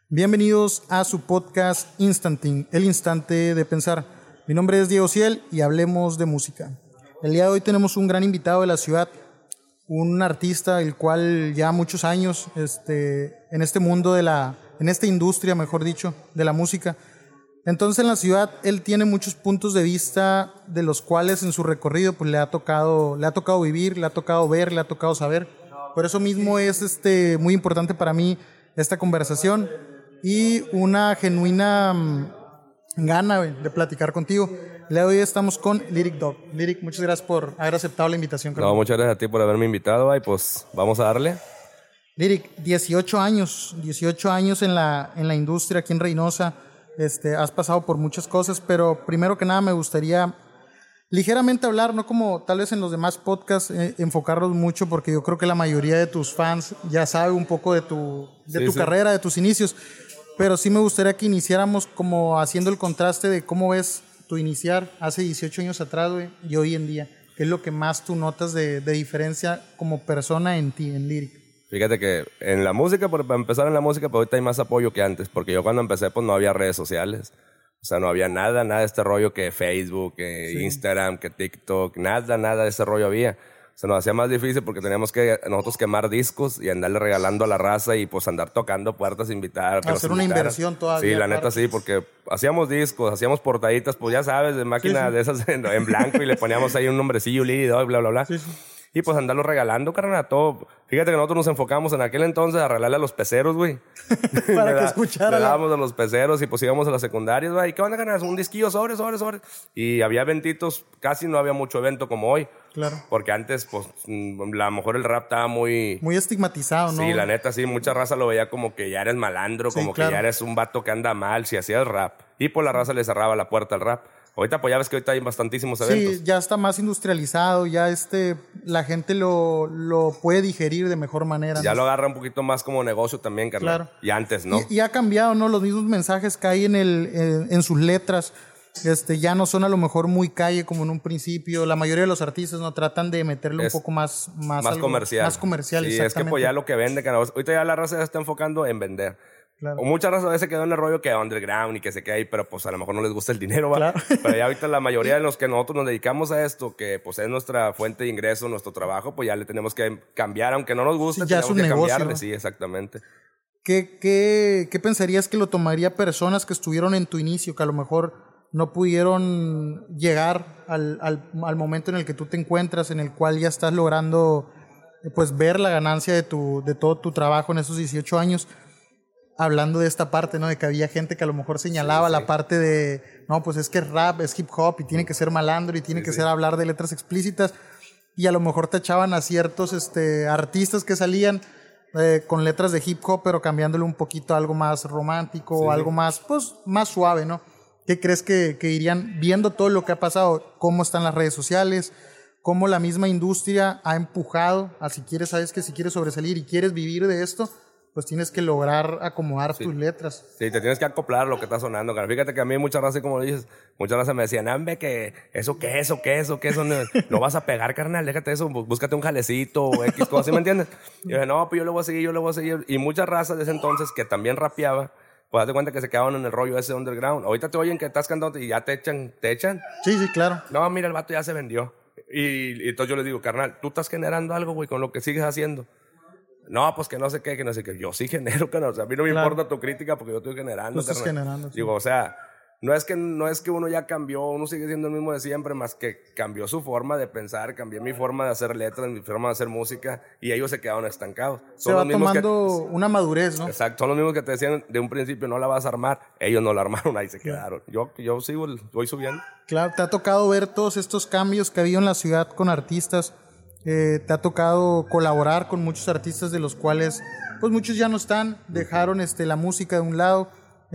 Bienvenidos a su podcast Instanting, el instante de pensar. Mi nombre es Diego Ciel y hablemos de música. El día de hoy tenemos un gran invitado de la ciudad, un artista el cual ya muchos años en este mundo en esta industria, mejor dicho, de la música. Entonces en la ciudad él tiene muchos puntos de vista de los cuales en su recorrido pues le ha tocado vivir, le ha tocado ver, le ha tocado saber. Por eso mismo es muy importante para mí esta conversación y una genuina gana de platicar contigo. El día de hoy estamos con Lyric Dog. Lyric, muchas gracias por haber aceptado la invitación. No, muchas gracias a ti por haberme invitado, y pues vamos a darle. Lyric, 18 años en la industria aquí en Reynosa. Has pasado por muchas cosas, pero primero que nada me gustaría ligeramente hablar, no como tal vez en los demás podcasts, enfocarlos mucho, porque yo creo que la mayoría de tus fans ya sabe un poco de tu carrera, de tus inicios, pero sí me gustaría que iniciáramos como haciendo el contraste de cómo ves tu iniciar hace 18 años atrás, güey, y hoy en día. ¿Qué es lo que más tú notas de diferencia como persona en ti, en Lyric? Fíjate que en la música, para empezar en la música, pues ahorita hay más apoyo que antes, porque yo cuando empecé pues no había redes sociales. O sea, no había nada de este rollo que Facebook, que Instagram, que TikTok, nada de ese rollo había. Se nos hacía más difícil porque teníamos que nosotros quemar discos y andarle regalando a la raza y pues andar tocando puertas, invitar. Hacer una inversión todavía. Sí, la neta sí, porque hacíamos discos, hacíamos portaditas, pues ya sabes, de máquina de esas en blanco y le poníamos ahí un nombrecillo, Lido, y bla, bla, bla. Sí. Y pues andarlo regalando, carnal, todo. Fíjate que nosotros nos enfocamos en aquel entonces a regalarle a los peceros, güey. Para que escuchara. Le dábamos a los peceros y pues íbamos a las secundarias, güey. ¿Qué onda, carnal? Un disquillo, sobre. Y había eventitos, casi no había mucho evento como hoy. Claro. Porque antes, pues, a lo mejor el rap estaba muy estigmatizado, ¿no? Sí, la neta, sí. Mucha raza lo veía como que ya eres malandro, como que ya eres un vato que anda mal si hacías rap. Y pues la raza le cerraba la puerta al rap. Ahorita, pues ya ves que ahorita hay bastantísimos eventos. Sí, ya está más industrializado, ya la gente lo puede digerir de mejor manera. Ya, ¿no? Lo agarra un poquito más como negocio también, carnal. Claro. Y antes, ¿no? Y ha cambiado, ¿no? Los mismos mensajes que hay en sus letras, ya no son a lo mejor muy calle como en un principio. La mayoría de los artistas no tratan de meterle un poco más comercial. Más comercial, sí, es que pues ya lo que vende, carnal. Ahorita ya la raza se está enfocando en vender. Claro. O muchas razas a veces quedó en el rollo que underground y que se queda ahí, pero pues a lo mejor no les gusta el dinero, ¿va? Claro. Pero ya ahorita la mayoría de los que nosotros nos dedicamos a esto, que pues es nuestra fuente de ingreso, nuestro trabajo, pues ya le tenemos que cambiar, aunque no nos guste, ya tenemos que negocio, cambiarle, ¿no? Sí, exactamente. ¿Qué pensarías que lo tomaría personas que estuvieron en tu inicio, que a lo mejor no pudieron llegar al momento en el que tú te encuentras, en el cual ya estás logrando pues ver la ganancia de todo tu trabajo en esos 18 años? Hablando de esta parte, ¿no? De que había gente que a lo mejor señalaba la parte de, no, pues es que rap, es hip hop y tiene que ser malandro y tiene que ser hablar de letras explícitas, y a lo mejor te echaban a ciertos artistas que salían con letras de hip hop, pero cambiándole un poquito a algo más romántico o algo más, pues, más suave, ¿no? ¿Qué crees que irían viendo todo lo que ha pasado? ¿Cómo están las redes sociales? ¿Cómo la misma industria ha empujado a si quieres sobresalir y quieres vivir de esto? Pues tienes que lograr acomodar tus letras. Sí, te tienes que acoplar a lo que está sonando, cara. Fíjate que a mí muchas raza, como dices, muchas raza me decían, hombre, que eso no vas a pegar, carnal, déjate eso, búscate un jalecito o X cosas, ¿sí me entiendes? Y yo dije, no, pues yo le voy a seguir. Y muchas razas de ese entonces que también rapeaba, pues hazte cuenta que se quedaban en el rollo ese underground. Ahorita te oyen que estás cantando y ya te echan. Sí, claro. No, mira, el vato ya se vendió. Y entonces yo les digo, carnal, tú estás generando algo, güey, con lo que sigues haciendo. No, pues que no sé qué. Yo sí genero, carnal. O sea, a mí no me importa tu crítica porque yo estoy generando, carnal. Estás generando. Sí. Digo, o sea, no es que uno ya cambió, uno sigue siendo el mismo de siempre, más que cambió su forma de pensar, cambié mi forma de hacer letras, mi forma de hacer música, y ellos se quedaron estancados. Se va tomando una madurez, ¿no? Exacto, son los mismos que te decían de un principio, no la vas a armar. Ellos no la armaron, ahí se quedaron. Yo sigo, voy subiendo. Claro, te ha tocado ver todos estos cambios que ha habido en la ciudad con artistas. Te ha tocado colaborar con muchos artistas de los cuales pues muchos ya no están, dejaron la música de un lado.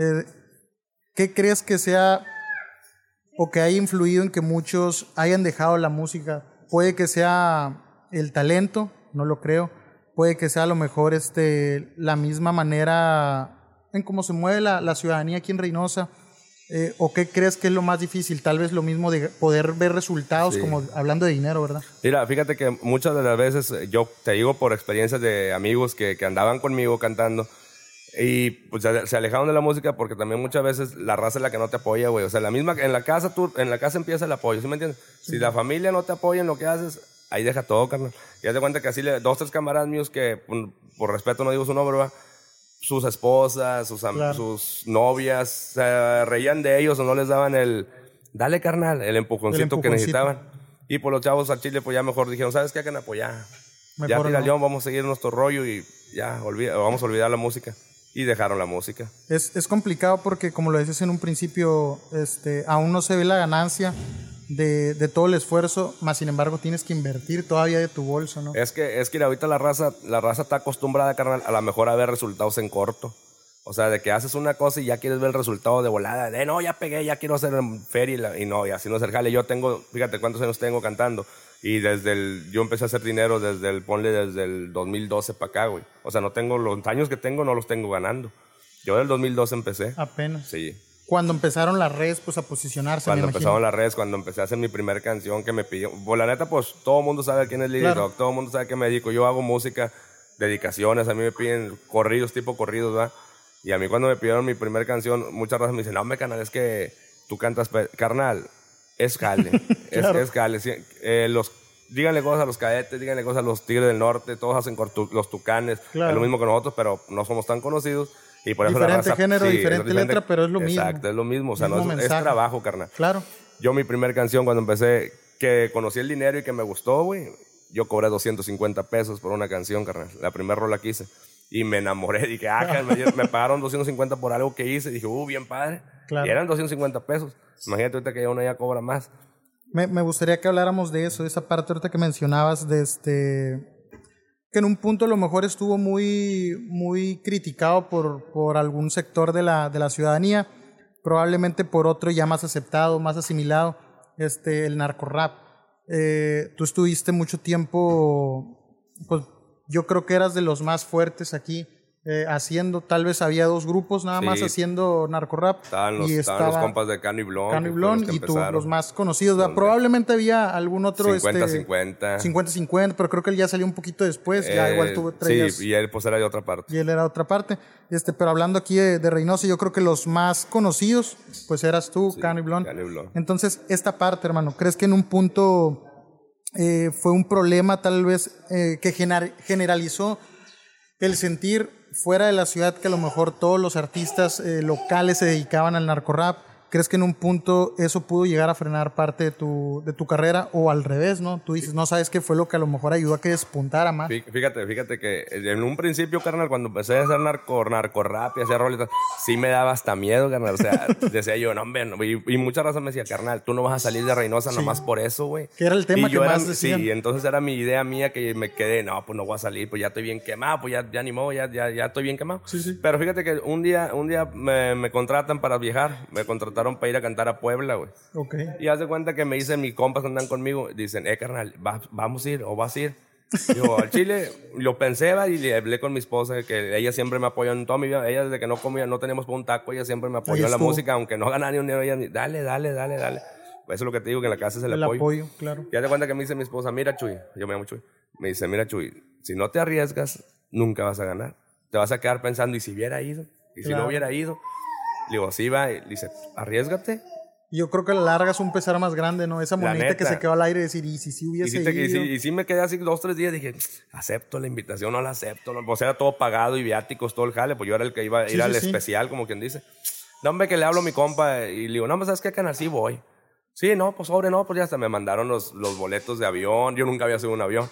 ¿Qué crees que sea o que haya influido en que muchos hayan dejado la música? Puede que sea el talento, no lo creo. Puede que sea a lo mejor la misma manera en cómo se mueve la ciudadanía aquí en Reynosa. ¿O qué crees que es lo más difícil? Tal vez lo mismo de poder ver resultados, como hablando de dinero, ¿verdad? Mira, fíjate que muchas de las veces, yo te digo por experiencias de amigos que andaban conmigo cantando, Y pues se alejaron de la música porque también muchas veces la raza es la que no te apoya, güey. O sea, en la casa empieza el apoyo, ¿sí me entiendes? Si la familia no te apoya en lo que haces, ahí deja todo, carnal. Y haz de cuenta que así, 2, 3 camaradas míos que, por respeto no digo su nombre, ¿va? Sus esposas, sus novias, se reían de ellos o no les daban dale, carnal, el empujoncito que necesitaban. Y por los chavos al chile, pues ya mejor dijeron, ¿sabes qué? Hagan apoyar. Ya tira León, vamos a seguir nuestro rollo y ya, vamos a olvidar la música. Y dejaron la música. Es complicado porque, como lo decías en un principio, aún no se ve la ganancia de todo el esfuerzo, más sin embargo tienes que invertir todavía de tu bolso, ¿no? Es que ahorita la raza está acostumbrada, carnal, a lo mejor a ver resultados en corto. O sea, de que haces una cosa y ya quieres ver el resultado de volada. No, ya pegué, ya quiero hacer feria y no, y así no es el jale. Yo fíjate cuántos años tengo cantando. Y yo empecé a hacer dinero desde el 2012 para acá, güey. O sea, no tengo los años que tengo, no los tengo ganando. Yo del 2012 empecé. Apenas. Sí. Cuando empezaron las redes, pues, a posicionarse, Cuando empezaron las redes, cuando empecé a hacer mi primera canción que me pidió. Pues la neta, pues, todo el mundo sabe quién es Lily Rock. Todo el mundo sabe que me dedico. Yo hago música, dedicaciones. A mí me piden tipo corridos, ¿verdad? Y a mí cuando me pidieron mi primera canción, muchas veces me dicen, no, carnal, es que tú cantas, carnal, es jale, claro. es jale. Sí, díganle cosas a los Cadetes, díganle cosas a los Tigres del Norte, todos hacen los Tucanes, claro. Es lo mismo que nosotros, pero no somos tan conocidos. Y por eso diferente la raza, género, diferente letra, pero es lo mismo. Exacto, es lo mismo, o sea, es trabajo, carnal. Claro. Yo mi primera canción cuando empecé, que conocí el dinero y que me gustó, güey, yo cobré 250 pesos por una canción, carnal, la primera rola que hice. Y me enamoré, dije, me pagaron 250 por algo que hice. Dije, bien padre. Claro. Y eran 250 pesos. Imagínate ahorita que ya uno ya cobra más. Me gustaría que habláramos de eso, de esa parte ahorita que mencionabas, que en un punto a lo mejor estuvo muy, muy criticado por algún sector de la ciudadanía, probablemente por otro ya más aceptado, más asimilado, el narcorrap. Tú estuviste mucho tiempo, pues, yo creo que eras de los más fuertes aquí haciendo, tal vez había 2 grupos nada más haciendo narcorrap. Estaban los compas de Cano y Blon. Y tú, los más conocidos. Probablemente había algún otro... 50-50. 50-50, pero creo que él ya salió un poquito después. Ya igual tuvo traías. Sí, y él pues era de otra parte. Y él era de otra parte. Pero hablando aquí de Reynosa, yo creo que los más conocidos, pues eras tú, Cano y Blon. Entonces, esta parte, hermano, ¿crees que en un punto... fue un problema tal vez que generalizó el sentir fuera de la ciudad que a lo mejor todos los artistas locales se dedicaban al narcorrap? ¿Crees que en un punto eso pudo llegar a frenar parte de tu carrera o al revés, no? Tú dices, no sabes qué fue lo que a lo mejor ayudó a que despuntara más. Fíjate que en un principio, carnal, cuando empecé a hacer narcorrap y hacer roletas, sí me daba hasta miedo, carnal. O sea, decía yo, no, hombre, no. Y muchas razas me decía, carnal, tú no vas a salir de Reynosa nomás por eso, güey. Que era el tema que más decían. Sí, entonces era mi idea mía que me quedé, no, pues no voy a salir, pues ya estoy bien quemado, pues ya ni modo, ya estoy bien quemado. Sí. Pero fíjate que un día me contratan para viajar, me contrataron para ir a cantar a Puebla, güey. Okay. Y haz de cuenta que me dicen mis compas que andan conmigo, dicen, carnal, vamos a ir o vas a ir. Yo, al Chile, lo pensé, y le hablé con mi esposa, que ella siempre me apoyó en toda mi vida. Ella desde que no comía, no teníamos un taco, ella siempre me apoyó en la música, aunque no ganara ni un dinero, ella, dale. Eso es lo que te digo, que en la casa es el apoyo. Claro. Y haz de cuenta que me dice mi esposa, mira, Chuy, yo me llamo Chuy, me dice, mira, Chuy, si no te arriesgas, nunca vas a ganar. Te vas a quedar pensando, ¿y si hubiera ido? ¿Y si no hubiera ido? Le digo, sí, va. Y dice, arriésgate. Yo creo que a la larga es un pesar más grande, ¿no? Esa monedita que se quedó al aire y decir, ¿y si hubiese ido? Y sí me quedé así 2 o 3 días. Dije, acepto la invitación, no la acepto. No. Pues era todo pagado y viáticos, todo el jale. Pues yo era el que iba a ir al especial, como quien dice. No, hombre, que le hablo a mi compa y le digo, no, ¿sabes qué, canal? Sí voy. Sí, no, pues pues ya hasta me mandaron los boletos de avión. Yo nunca había subido un avión.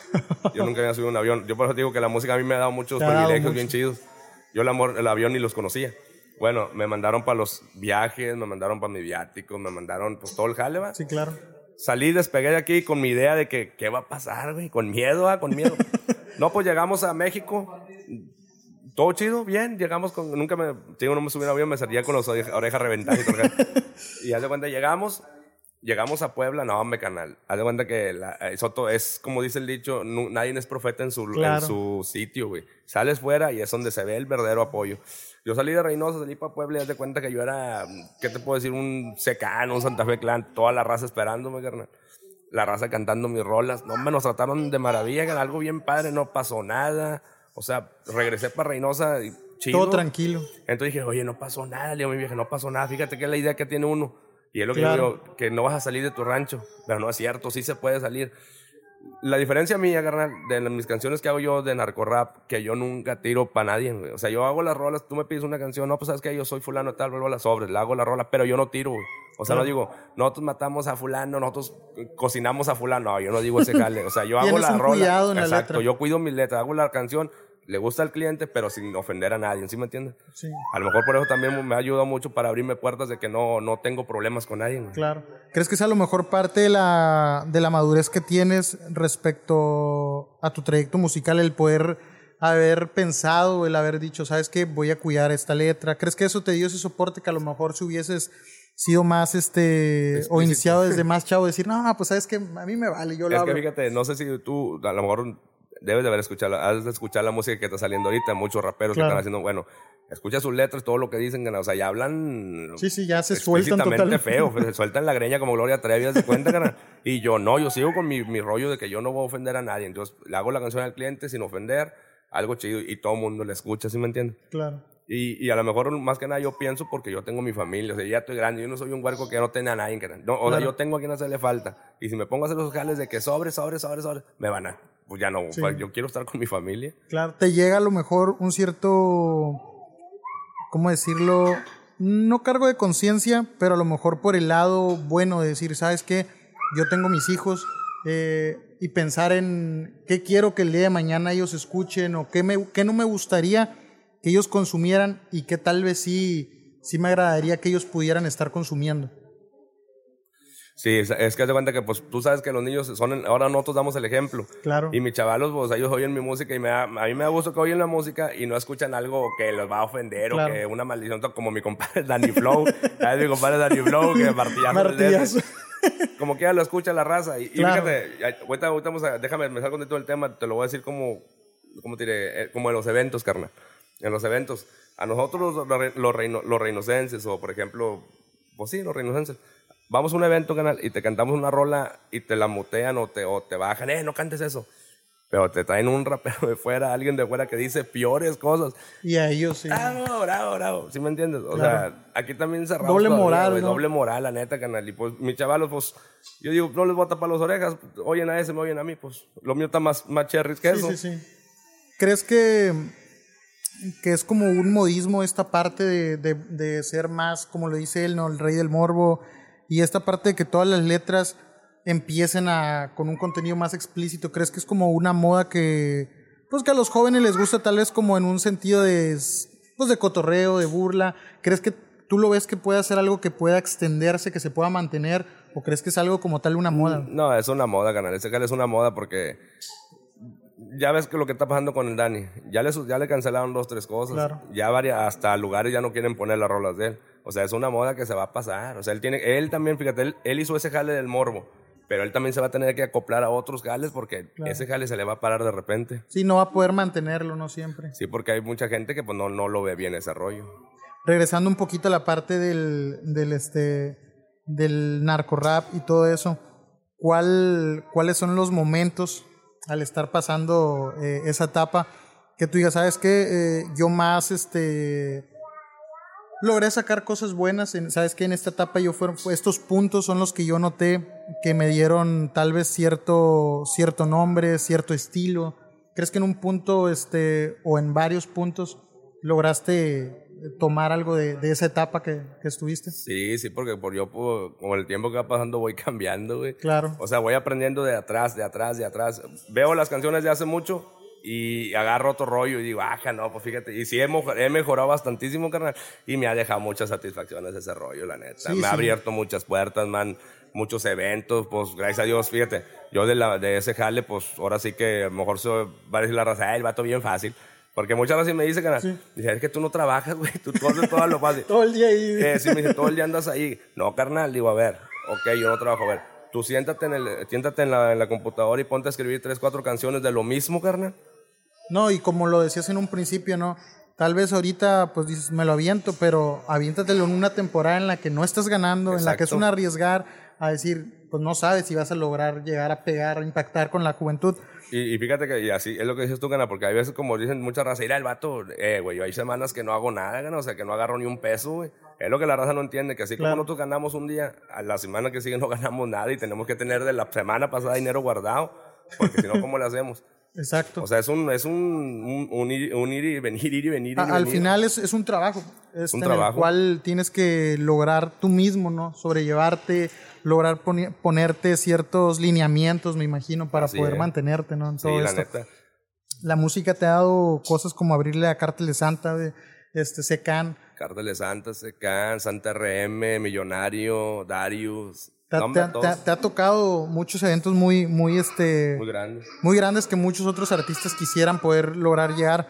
Yo por eso digo que la música a mí me ha dado muchos privilegios bien chidos. Yo el avión ni los conocía. Bueno, me mandaron para los viajes, me mandaron para mi viático, me mandaron pues todo el jale, ¿va? Sí, claro. Salí, despegué de aquí con mi idea de que qué va a pasar, güey, con miedo. No, pues llegamos a México, todo chido, bien, llegamos no me subí a un avión, me salía con las orejas reventadas y todo. Y haz de cuenta, llegamos a Puebla, no, hombre, canal. Haz de cuenta que Soto es, como dice el dicho, nadie es profeta en su sitio, güey. Sales fuera y es donde se ve el verdadero apoyo. Yo salí de Reynosa, salí para Puebla y haz de cuenta que yo era, ¿qué te puedo decir? Un Secano, un Santa Fe Clan, toda la raza esperándome, carnal. La raza cantando mis rolas. No, nos trataron de maravilla, algo bien padre, no pasó nada. O sea, regresé para Reynosa y chido. Todo tranquilo. Entonces dije, oye, no pasó nada, le digo a mi vieja, no pasó nada, fíjate que es la idea que tiene uno. Y es lo que yo digo, que no vas a salir de tu rancho. Pero no es cierto, sí se puede salir. La diferencia mía, carnal, de mis canciones que hago yo de narcorrap, que yo nunca tiro para nadie, güey. O sea, yo hago las rolas, tú me pides una canción, no, pues sabes que yo soy fulano tal, vuelvo a las sobres, le hago la rola, pero yo no tiro, güey. O sea, no digo, nosotros matamos a fulano, nosotros cocinamos a fulano. No, yo no digo ese jale. O sea, yo hago la rola. En exacto, la letra. Yo cuido mis letras, hago la canción, le gusta al cliente, pero sin ofender a nadie, ¿sí me entiendes? Sí. A lo mejor por eso también me ha ayudado mucho para abrirme puertas de que no tengo problemas con nadie, güey. Claro. ¿Crees que es a lo mejor parte de la madurez que tienes respecto a tu trayecto musical, el poder haber pensado, el haber dicho, ¿sabes qué? Voy a cuidar esta letra. ¿Crees que eso te dio ese soporte que a lo mejor si hubieses sido más o iniciado desde más chavo, decir, no, pues sabes que a mí me vale, yo lo hago? Es que fíjate, no sé si tú a lo mejor debes de haber escuchado, has de escuchar la música que está saliendo ahorita, muchos raperos que están haciendo, bueno, escucha sus letras, todo lo que dicen, o sea, ya hablan sí, ya se sueltan totalmente feo, se sueltan la greña como Gloria Trevi, ¿se cuenta, carnal? Y yo sigo con mi rollo de que yo no voy a ofender a nadie, entonces le hago la canción al cliente sin ofender, algo chido, y todo el mundo le escucha, ¿sí me entiendes? Claro. Y a lo mejor, más que nada, yo pienso porque yo tengo mi familia, o sea, ya estoy grande, yo no soy un huerco que no tiene a nadie, no, o sea, yo tengo a quien hacerle falta, y si me pongo a hacer los jales de que sobre, me van a, pues ya no, pues yo quiero estar con mi familia. Claro, te llega a lo mejor un cierto, ¿cómo decirlo? No cargo de conciencia, pero a lo mejor por el lado bueno de decir, ¿sabes qué? Yo tengo mis hijos, y pensar en qué quiero que el día de mañana ellos escuchen o qué no me gustaría que ellos consumieran y que tal vez sí me agradaría que ellos pudieran estar consumiendo. Sí, es que haz de cuenta que pues tú sabes que los niños ahora nosotros damos el ejemplo. Claro. Y mis chavalos, pues ellos oyen mi música y a mí me da gusto que oyen la música y no escuchan algo que los va a ofender o que una maldición, como mi compadre Danny Flow. ¿Sabes? Mi compadre Danny Flow, que martillazo. Como que ya lo escucha la raza. Y fíjate, ahorita vamos déjame me salgo de todo el tema, te lo voy a decir como te diré, como en los eventos, carnal. En los eventos, a nosotros los reinocenses, o por ejemplo, pues sí, los reinocenses, vamos a un evento, canal, y te cantamos una rola y te la mutean o te bajan, no cantes eso. Pero te traen un rapero de fuera, alguien de fuera que dice peores cosas. Y a ellos sí. Bravo. ¿Sí me entiendes? O sea, aquí también cerramos doble todavía, moral, ¿no? Doble moral, la neta, canal. Y pues mis chavalos, pues, yo digo, no les voy a tapar las orejas. Oyen a ese, me oyen a mí. Pues, lo mío está más cherries que eso. Sí. ¿Crees que es como un modismo esta parte de ser más, como lo dice él, ¿no? El rey del morbo, y esta parte de que todas las letras empiecen con un contenido más explícito? ¿Crees que es como una moda que a los jóvenes les gusta, tal vez como en un sentido de cotorreo, de burla? ¿Crees que tú lo ves que puede ser algo que pueda extenderse, que se pueda mantener, o crees que es algo como tal una moda? No, es una moda, canal. Ese canal es una moda porque ya ves que lo que está pasando con el Dani, ya le cancelaron 2, 3 cosas. Claro. Ya hasta lugares ya no quieren poner las rolas de él. O sea, es una moda que se va a pasar. O sea, él también, fíjate, él hizo ese jale del morbo, pero él también se va a tener que acoplar a otros jales porque ese jale se le va a parar de repente. Sí, no va a poder mantenerlo, no siempre. Sí, porque hay mucha gente que pues no lo ve bien ese rollo. Regresando un poquito a la parte del narcorrap y todo eso, ¿cuáles son los momentos al estar pasando esa etapa que tú digas, sabes qué, yo más logré sacar cosas buenas, sabes que en esta etapa estos puntos son los que yo noté que me dieron tal vez cierto nombre, cierto estilo? ¿Crees que en un punto o en varios puntos lograste tomar algo de esa etapa que estuviste? Sí, porque yo con el tiempo que va pasando voy cambiando, güey. Claro. O sea, voy aprendiendo de atrás. Veo las canciones de hace mucho y agarro otro rollo y digo, no, pues fíjate. Y sí, he mejorado bastantísimo, carnal. Y me ha dejado muchas satisfacciones ese rollo, la neta. Sí, me ha abierto muchas puertas, man. Muchos eventos, pues gracias a Dios, fíjate. Yo de ese jale, pues ahora sí que a lo mejor va a decir la raza, el vato bien fácil. Porque muchas veces me dice, canal, dice, es que tú no trabajas, güey, tú haces todo lo fácil. Todo el día ahí. Sí, me dice, todo el día andas ahí. No, carnal, digo, a ver, ok, yo no trabajo, a ver. Tú siéntate en la computadora y ponte a escribir 3, 4 canciones de lo mismo, carnal. No, y como lo decías en un principio, ¿no? Tal vez ahorita, pues dices, me lo aviento, pero aviéntatelo en una temporada en la que no estás ganando, en la que es un arriesgar a decir, pues no sabes si vas a lograr llegar a pegar, a impactar con la juventud. Y fíjate que y así es lo que dices tú, Gana, porque hay veces, como dicen mucha raza, ir al vato, güey, yo hay semanas que no hago nada, Gana, o sea, que no agarro ni un peso, güey. Es lo que la raza no entiende, que así como nosotros ganamos un día, a la semana que sigue no ganamos nada y tenemos que tener de la semana pasada dinero guardado, porque si no, ¿cómo le hacemos? Exacto. O sea, es un ir y venir. Al final es un trabajo. Un En trabajo. el cual tienes que lograr tú mismo, ¿no? Sobrellevarte, lograr ponerte ciertos lineamientos, me imagino, para Así poder es. mantenerte, ¿no? En Sí, todo la esto. neta. La música te ha dado cosas como abrirle a Cártel de Santa, Secan. Cártel de Santa, Secan, Santa RM, Millonario, Darius. Te ha tocado muchos eventos muy grandes. muy grandes que muchos otros artistas quisieran poder lograr llegar.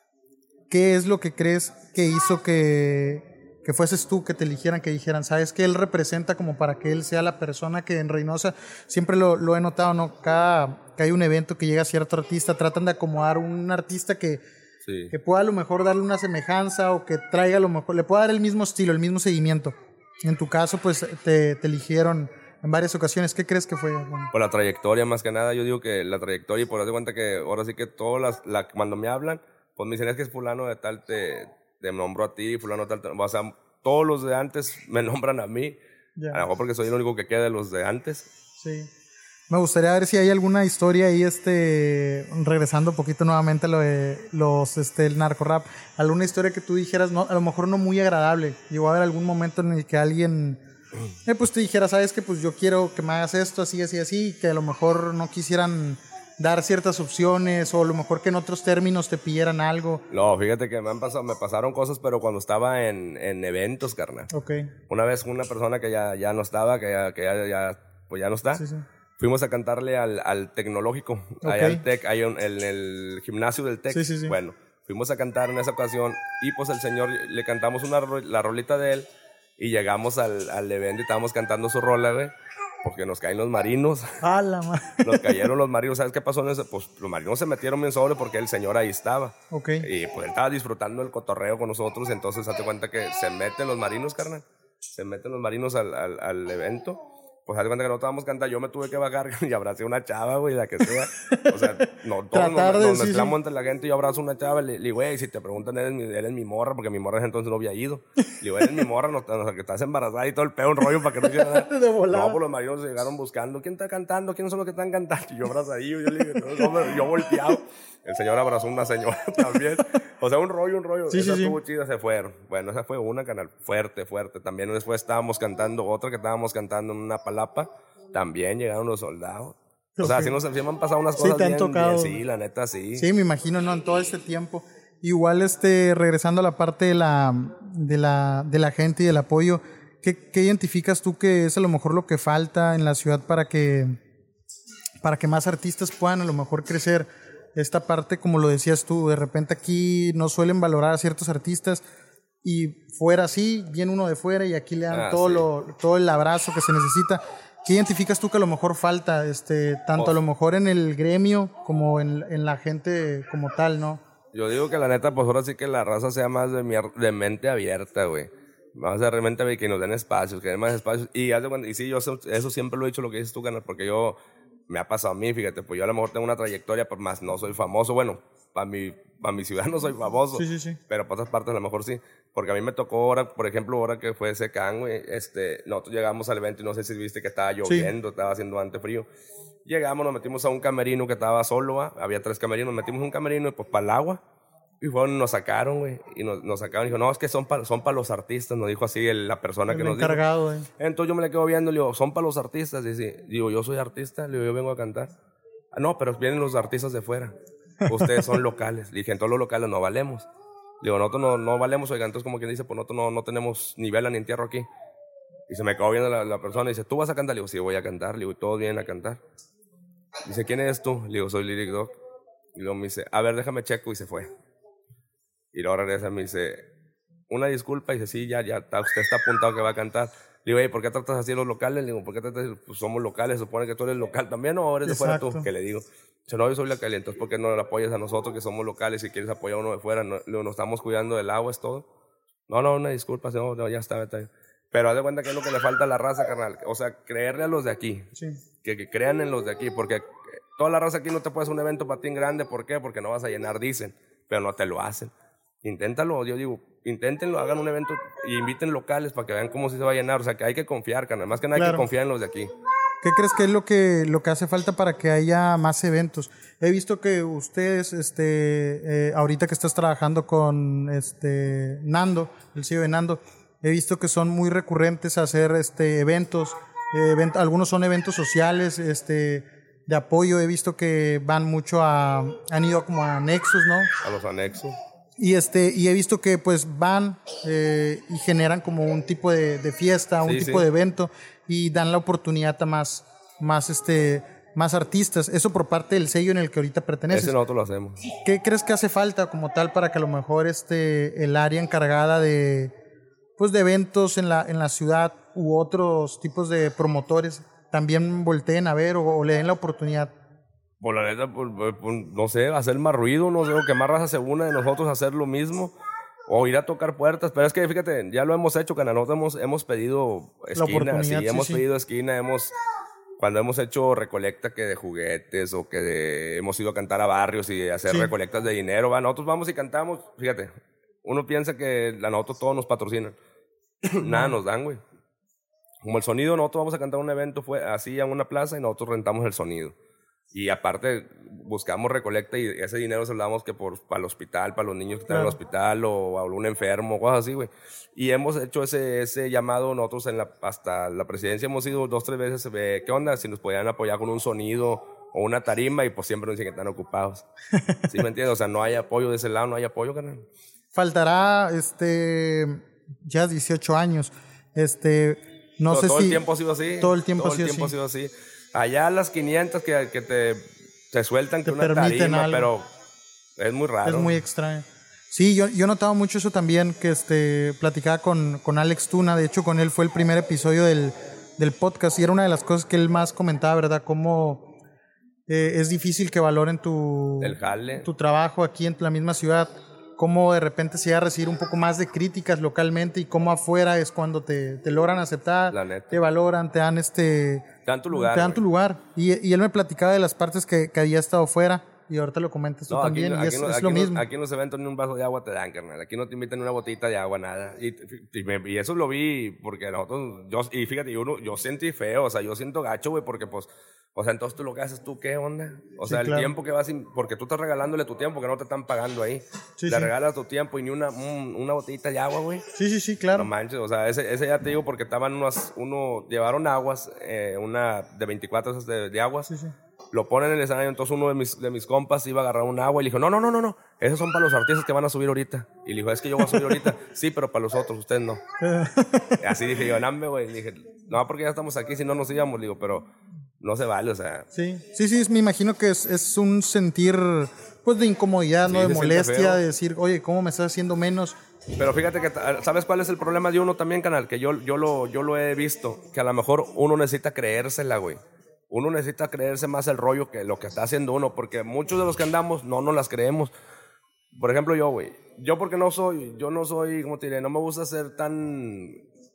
¿Qué es lo que crees que hizo que fueses tú, que te eligieran, que dijeran, sabes que él representa como para que él sea la persona que en Reynosa, siempre lo he notado, ¿no? Cada que hay un evento que llega cierto artista, tratan de acomodar un artista que pueda a lo mejor darle una semejanza o que traiga a lo mejor, le pueda dar el mismo estilo, el mismo seguimiento. En tu caso, pues te eligieron en varias ocasiones. ¿Qué crees que fue? Bueno, Por la trayectoria, más que nada, yo digo que la trayectoria, y por darse cuenta que ahora sí que todas cuando me hablan, pues me dicen, es que es fulano de tal, te nombro a ti, fulano de tal, o sea, todos los de antes me nombran a mí, ya. A lo mejor porque soy el único que queda de los de antes. Sí. Me gustaría ver si hay alguna historia ahí, regresando un poquito nuevamente a lo de el narcorrap, alguna historia que tú dijeras, no, a lo mejor no muy agradable. Llegó a haber algún momento en el que alguien, pues te dijera, sabes que pues yo quiero que me hagas esto, así, y que a lo mejor no quisieran dar ciertas opciones, o a lo mejor que en otros términos te pidieran algo. No, fíjate que me pasaron cosas, pero cuando estaba en eventos, carnal. Ok. Una vez una persona que ya no estaba, que ya no está. Sí. Fuimos a cantarle al tecnológico, allá al TEC, ahí en el gimnasio del TEC. Sí. Bueno, fuimos a cantar en esa ocasión y pues el señor, le cantamos la rolita de él y llegamos al evento y estábamos cantando su rola, güey, porque nos caen los marinos. ¡A la madre! Nos cayeron los marinos. ¿Sabes qué pasó en ese? Pues los marinos se metieron bien sobre porque el señor ahí estaba. Ok. Y pues él estaba disfrutando el cotorreo con nosotros, entonces hazte cuenta que se meten los marinos, carnal. Se meten los marinos al evento. Pues hazte cuenta que no estábamos cantando, yo me tuve que bajar y abracé una chava, güey, la que sea. O sea, todos nos mezclamos entre la gente y yo abrazo una chava y le digo, güey, si te preguntan, eres mi morra, porque mi morra en ese entonces no había ido. Le digo, eres mi morra, que estás embarazada y todo el pedo, un rollo para que no hiciera nada. De volada. No, pues los marinos se llegaron buscando, ¿quién está cantando? ¿Quiénes son los que están cantando? Y yo abrazadillo, yo le digo, yo volteado. El señor abrazó a una señora también. O sea, un rollo. Sí, esa sí. estuvo chida, se fueron. Bueno, esa fue una, canal, fuerte. También después estábamos cantando otra que estábamos cantando en una palapa. También llegaron los soldados. O sea, sí me han pasado unas cosas te han tocado. sí, la neta, sí. Sí, me imagino, ¿no? En todo este tiempo. Igual, regresando a la parte de la gente y del apoyo, ¿qué identificas tú que es a lo mejor lo que falta en la ciudad para que más artistas puedan a lo mejor crecer? Esta parte, como lo decías tú, de repente aquí no suelen valorar a ciertos artistas y fuera así, viene uno de fuera y aquí le dan todo el abrazo que se necesita. ¿Qué identificas tú que a lo mejor falta, tanto a lo mejor en el gremio como en la gente como tal, ¿no? Yo digo que la neta, pues ahora sí que la raza sea más de mente abierta, güey. Vamos a realmente que nos den espacios, que den más espacios. Y sí, yo eso siempre lo he dicho, lo que dices tú, canal, porque me ha pasado a mí, fíjate, pues yo a lo mejor tengo una trayectoria, pues más no soy famoso. Bueno, para mi ciudad no soy famoso. Sí. Pero para otras partes a lo mejor sí. Porque a mí me tocó ahora, por ejemplo, ahora que fue Secan, güey, nosotros llegamos al evento y no sé si viste que estaba lloviendo, estaba haciendo bastante frío. Llegamos, nos metimos a un camerino que estaba solo, ¿va? Había 3 camerinos, nos metimos en un camerino y pues para el agua. Y fueron, nos sacaron, güey, y nos sacaron y dijo, no, es que son para los artistas, nos dijo así la persona que nos dijo. Encargado, Entonces yo me le quedo viendo y le digo, son para los artistas. Y sí, digo, yo soy artista, le digo, yo vengo a cantar. Ah, no, pero vienen los artistas de fuera. Ustedes son locales. Le dije, entonces los locales no valemos. Le digo, nosotros no valemos, oiga, entonces como quien dice, pues nosotros no tenemos ni vela ni entierro aquí. Y se me quedó viendo la persona y dice, ¿tú vas a cantar? Le digo, sí, voy a cantar. Le digo, todos vienen a cantar. Dice, ¿quién eres tú? Le digo, soy Lyric Dog. Y luego me dice, a ver, déjame checo, y se fue. Y luego regresa y me dice, una disculpa, y dice, sí, ya usted está apuntado que va a cantar. Le digo, ¿por qué tratas así a los locales? Le digo, ¿por qué tratas así? Pues somos locales, supone que tú eres local también, ¿o eres de fuera tú? Que le digo, no, yo soy local, entonces ¿por qué no le apoyas a nosotros que somos locales si quieres apoyar a uno de fuera? No, nos estamos cuidando del agua, es todo. No, una disculpa, no, ya está. Pero haz de cuenta que es lo que le falta a la raza, carnal. O sea, creerle a los de aquí. Sí. Que crean en los de aquí. Porque toda la raza aquí no te puede hacer un evento patín grande. ¿Por qué? Porque no vas a llenar, dicen. Pero no te lo hacen. Inténtalo, yo digo, inténtenlo, hagan un evento y inviten locales para que vean cómo sí se va a llenar. O sea, que hay que confiar, carnal. Más que nada hay que confiar en los de aquí. ¿Qué crees que es lo que hace falta para que haya más eventos? He visto que ustedes, ahorita que estás trabajando con Nando, el CEO de Nando, he visto que son muy recurrentes a hacer eventos. Algunos son eventos sociales, de apoyo. He visto que van mucho han ido como a anexos, ¿no? A los anexos. Y he visto que pues van y generan como un tipo de fiesta, un tipo de evento y dan la oportunidad a más artistas. Eso por parte del sello en el que ahorita perteneces. Ese nosotros lo hacemos. ¿Qué crees que hace falta como tal para que a lo mejor el área encargada de eventos en la ciudad u otros tipos de promotores también volteen a ver o le den la oportunidad? Pues la neta, no sé, hacer más ruido, no sé, o que más raza se una de nosotros a hacer lo mismo, o ir a tocar puertas. Pero es que, fíjate, ya lo hemos hecho, que nosotros hemos pedido esquina, pedido esquina, cuando hemos hecho recolecta que de juguetes, o que hemos ido a cantar a barrios y hacer recolectas de dinero, nosotros vamos y cantamos, fíjate, uno piensa que nosotros todos nos patrocinan, nada nos dan, güey. Como el sonido, nosotros vamos a cantar un evento, fue así a una plaza y nosotros rentamos el sonido. Y aparte buscamos recolecta y ese dinero se lo damos que para el hospital, para los niños que están en el hospital o a algún enfermo, cosas así, güey. Y hemos hecho ese llamado nosotros hasta la presidencia hemos ido 2 o 3 veces, ¿qué onda? Si nos podían apoyar con un sonido o una tarima y pues siempre nos dicen que están ocupados. ¿Sí me entiendes? O sea, no hay apoyo de ese lado, no hay apoyo, carnal. Faltará, ya 18 años, no sé si... Todo el tiempo ha sido así. Todo el tiempo ha sido así. Allá las 500 que te sueltan que una tarima, algo. Pero es muy raro. Es muy extraño. Sí, yo he notado mucho eso también, que platicaba con Alex Tuna, de hecho con él fue el primer episodio del podcast y era una de las cosas que él más comentaba, ¿verdad? Cómo es difícil que valoren tu trabajo aquí en la misma ciudad, cómo de repente se llega a recibir un poco más de críticas localmente y cómo afuera es cuando te logran aceptar, te valoran, te dan tu lugar. Te dan tu lugar. Y él me platicaba de las partes que había estado fuera y ahorita lo comentas tú también. Aquí, es lo mismo. Aquí en los eventos ni un vaso de agua te dan, carnal. Aquí no te invitan una botita de agua, nada. Y eso lo vi porque nosotros, y fíjate, yo sentí feo, o sea, yo siento gacho, güey, porque pues, o sea, entonces tú lo que haces tú, ¿qué onda? O sea, el tiempo que vas, porque tú estás regalándole tu tiempo que no te están pagando ahí. Le regalas tu tiempo y ni una botita de agua, güey. Sí, claro. No manches, o sea, ese ya te digo porque estaban llevaron aguas, una de 24 esas de aguas. Sí. Lo ponen en el escenario, entonces uno de mis compas iba a agarrar un agua y le dijo, no, esos son para los artistas que van a subir ahorita. Y le dijo, es que yo voy a subir ahorita. Sí, pero para los otros, ustedes no. Así dije yo, güey. Le dije, no, porque ya estamos aquí, si no nos íbamos. Le digo, pero no se vale, o sea. Sí, me imagino que es un sentir, pues, de incomodidad, ¿no? De molestia, de decir, oye, ¿cómo me estás haciendo menos? Pero fíjate que, ¿sabes cuál es el problema de uno también, canal? Que yo lo he visto, que a lo mejor uno necesita creérsela, güey. Uno necesita creerse más el rollo que lo que está haciendo uno, porque muchos de los que andamos no nos las creemos. Por ejemplo, yo, güey. Yo no soy, ¿cómo te diré? No me gusta ser tan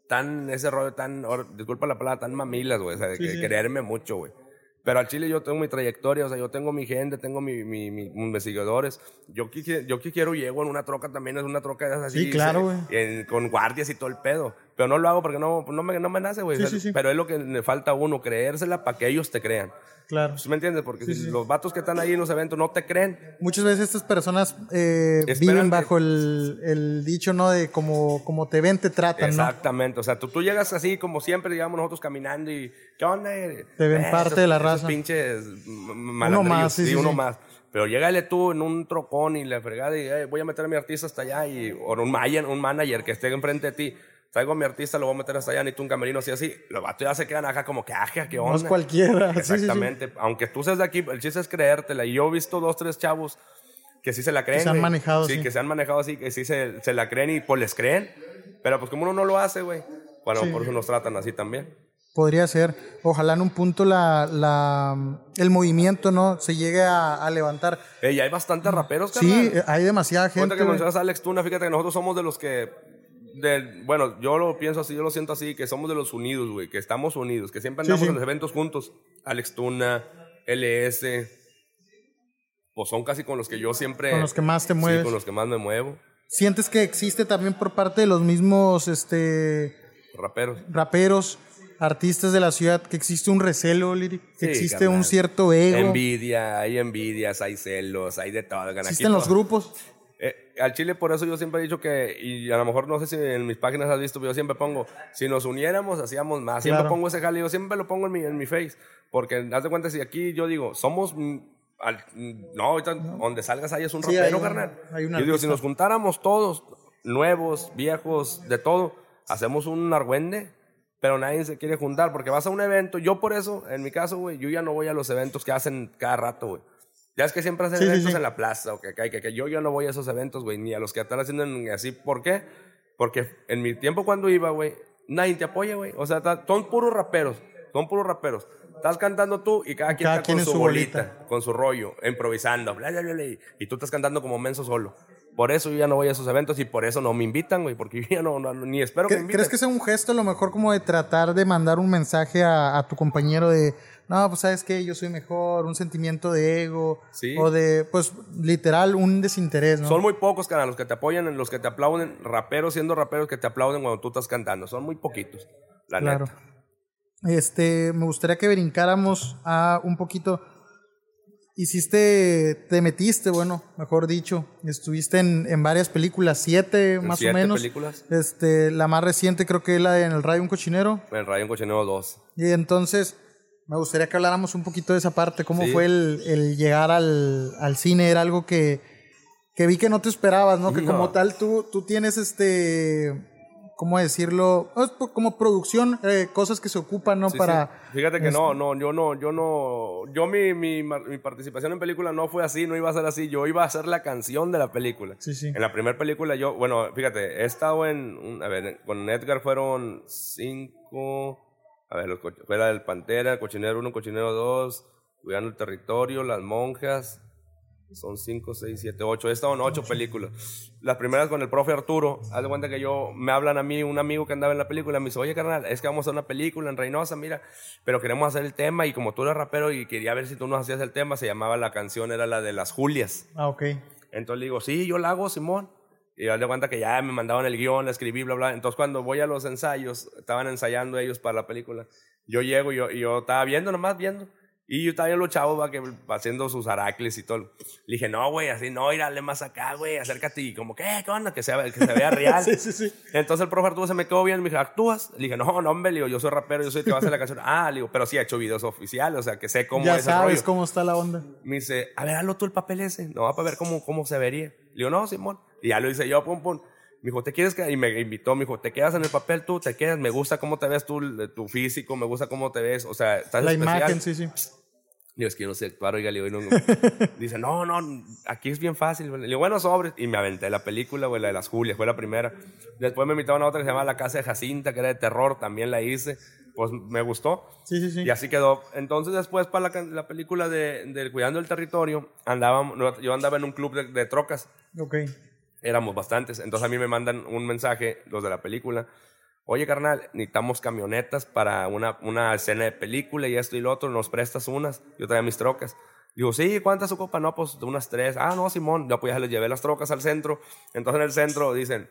ese rollo, disculpa la palabra, tan mamilas, güey. O sea, de creerme mucho, güey. Pero al chile yo tengo mi trayectoria, o sea, yo tengo mi gente, tengo mis investigadores. Yo que quiero llego en una troca también, es una troca así. Sí, claro, güey. Con guardias y todo el pedo. Pero no lo hago porque no me nace, güey. Sí. Pero es lo que le falta a uno, creérsela para que ellos te crean. Claro. ¿Sí me entiendes? Porque si los vatos que están ahí en los eventos no te creen. Muchas veces estas personas viven bajo el dicho, ¿no? De como te ven, te tratan, exactamente. ¿No? O sea, tú llegas así como siempre, digamos, nosotros caminando y ¿qué onda? Te ven parte de la raza. Esos pinches uno más, uno más. Pero llégale tú en un trocón y le fregada y voy a meter a mi artista hasta allá o un manager que esté enfrente de ti. Traigo a mi artista, lo voy a meter hasta allá, ni tú un camerino así. Los vatos ya se quedan acá como que, ¿qué onda? No es cualquiera. Exactamente. Sí. Aunque tú seas de aquí, el chiste es creértela. Y yo he visto 2, 3 chavos que sí se la creen. Que se han manejado, sí. Que se han manejado así, que sí se la creen y pues les creen. Pero pues como uno no lo hace, güey. Bueno, por eso nos tratan así también. Podría ser. Ojalá en un punto el movimiento, ¿no? Se llegue a levantar. Y hay bastantes raperos, carnal. Sí, hay demasiada gente. Ahorita que mencionas a Alex Tuna, fíjate que nosotros somos de los que Bueno, yo lo pienso así, yo lo siento así, que somos de los unidos, güey, que estamos unidos, que siempre andamos en los eventos juntos. Alex Tuna, LS, pues son casi con los que yo siempre... Con los que más te mueves. Sí, con los que más me muevo. ¿Sientes que existe también por parte de los mismos raperos, artistas de la ciudad, que existe un recelo, Lyric? Que existe carnal. un cierto ego. Hay envidias, hay celos, hay de todo. ¿Existen los grupos? Al chile, por eso yo siempre he dicho que, y a lo mejor no sé si en mis páginas has visto, pero yo siempre pongo, si nos uniéramos, hacíamos más. Siempre pongo ese jale, yo siempre lo pongo en mi face, porque haz de cuenta, si aquí yo digo, somos... ahorita donde salgas ahí es un rapero, carnal. Yo digo, si nos juntáramos todos, nuevos, viejos, de todo, hacemos un argüende, pero nadie se quiere juntar, porque vas a un evento. Yo por eso, en mi caso, güey, yo ya no voy a los eventos que hacen cada rato, güey. Ya es que siempre hacen eventos en la plaza, o que yo ya no voy a esos eventos, güey, ni a los que están haciendo así. ¿Por qué? Porque en mi tiempo cuando iba, güey, nadie te apoya, güey. O sea, son puros raperos. Estás cantando tú y cada quien está con su bolita, con su rollo, improvisando, bla, bla, bla, bla, y tú estás cantando como menso solo. Por eso yo ya no voy a esos eventos y por eso no me invitan, güey, porque yo ya ni espero que me inviten. ¿Crees que sea un gesto a lo mejor como de tratar de mandar un mensaje a tu compañero de, no, pues sabes qué, yo soy mejor, un sentimiento de ego, o de, pues, literal, un desinterés, ¿no? Son muy pocos, cara, los que te apoyan, los que te aplauden, raperos siendo raperos que te aplauden cuando tú estás cantando. Son muy poquitos, la neta. Me gustaría que brincáramos a un poquito. Te metiste, bueno, mejor dicho, estuviste en varias películas, 7 más o menos. 7 películas. La más reciente creo que es la de En el Rayo un Cochinero. En el Rayo un Cochinero 2. Y entonces, me gustaría que habláramos un poquito de esa parte. ¿Cómo fue el llegar al cine? Era algo que vi que no te esperabas, ¿no? Que como tal tú tienes ¿cómo decirlo? Como producción, cosas que se ocupan, ¿no? Fíjate que yo mi participación en película no fue así, no iba a ser así, yo iba a hacer la canción de la película. En la primera película fíjate, he estado con Edgar fueron 5, fuera del Pantera, Cochinero 1, Cochinero 2, Cuidando el Territorio, Las Monjas. Son 5, 6, 7, 8. He estado en 8 películas. Las primeras con el profe Arturo. Haz de cuenta que me hablan a mí, un amigo que andaba en la película, me dice, oye, carnal, es que vamos a hacer una película en Reynosa, mira, pero queremos hacer el tema, y como tú eres rapero y quería ver si tú nos hacías el tema, se llamaba la canción, era la de Las Julias. Ok. Entonces le digo, sí, yo la hago, Simón. Y haz de cuenta que ya me mandaban el guión, la escribí, bla, bla. Entonces cuando voy a los ensayos, estaban ensayando ellos para la película. Yo llego y yo estaba viendo. Y yo estaba los chavos haciendo sus aracles y todo. Le dije, no, güey, así no, irale más acá, güey, acércate. Y como, ¿qué onda? Que se vea real. Sí. Entonces el profe Arturo se me quedó bien. Me dijo, ¿actúas? Le dije, no, hombre, le digo, yo soy rapero, yo soy el que va a hacer la canción. Le digo, pero sí he hecho videos oficiales, o sea, que sé cómo es el rollo. Ya sabes cómo está la onda. Me dice, a ver, hazlo tú el papel ese. No, para ver cómo se vería. Le digo, no, Simón. Y ya lo hice yo, pum. Me dijo, ¿te quieres quedar? Y me invitó, me dijo, ¿te quedas en el papel tú? ¿Te quedas? Me gusta cómo te ves tú, tu físico, me gusta cómo te ves. O sea, estás especial. La imagen, sí. Digo, es que yo no sé actuar, oiga, le digo, no. Dice, no, aquí es bien fácil. Le digo, bueno, sobres. Y me aventé la película, güey, la de Las Julias, fue la primera. Después me invitaron a otra que se llama La Casa de Jacinta, que era de terror, también la hice. Pues me gustó. Sí. Y así quedó. Entonces después para la película de Cuidando el Territorio, yo andaba en un club de trocas. Ok. Éramos bastantes. Entonces a mí me mandan un mensaje, los de la película. Oye, carnal, necesitamos camionetas para una escena de película y esto y lo otro. ¿Nos prestas unas? Yo traía mis trocas. Digo, sí, ¿cuántas ocupa? No, pues unas 3. No, Simón. Yo pues ya les llevé las trocas al centro. Entonces en el centro dicen,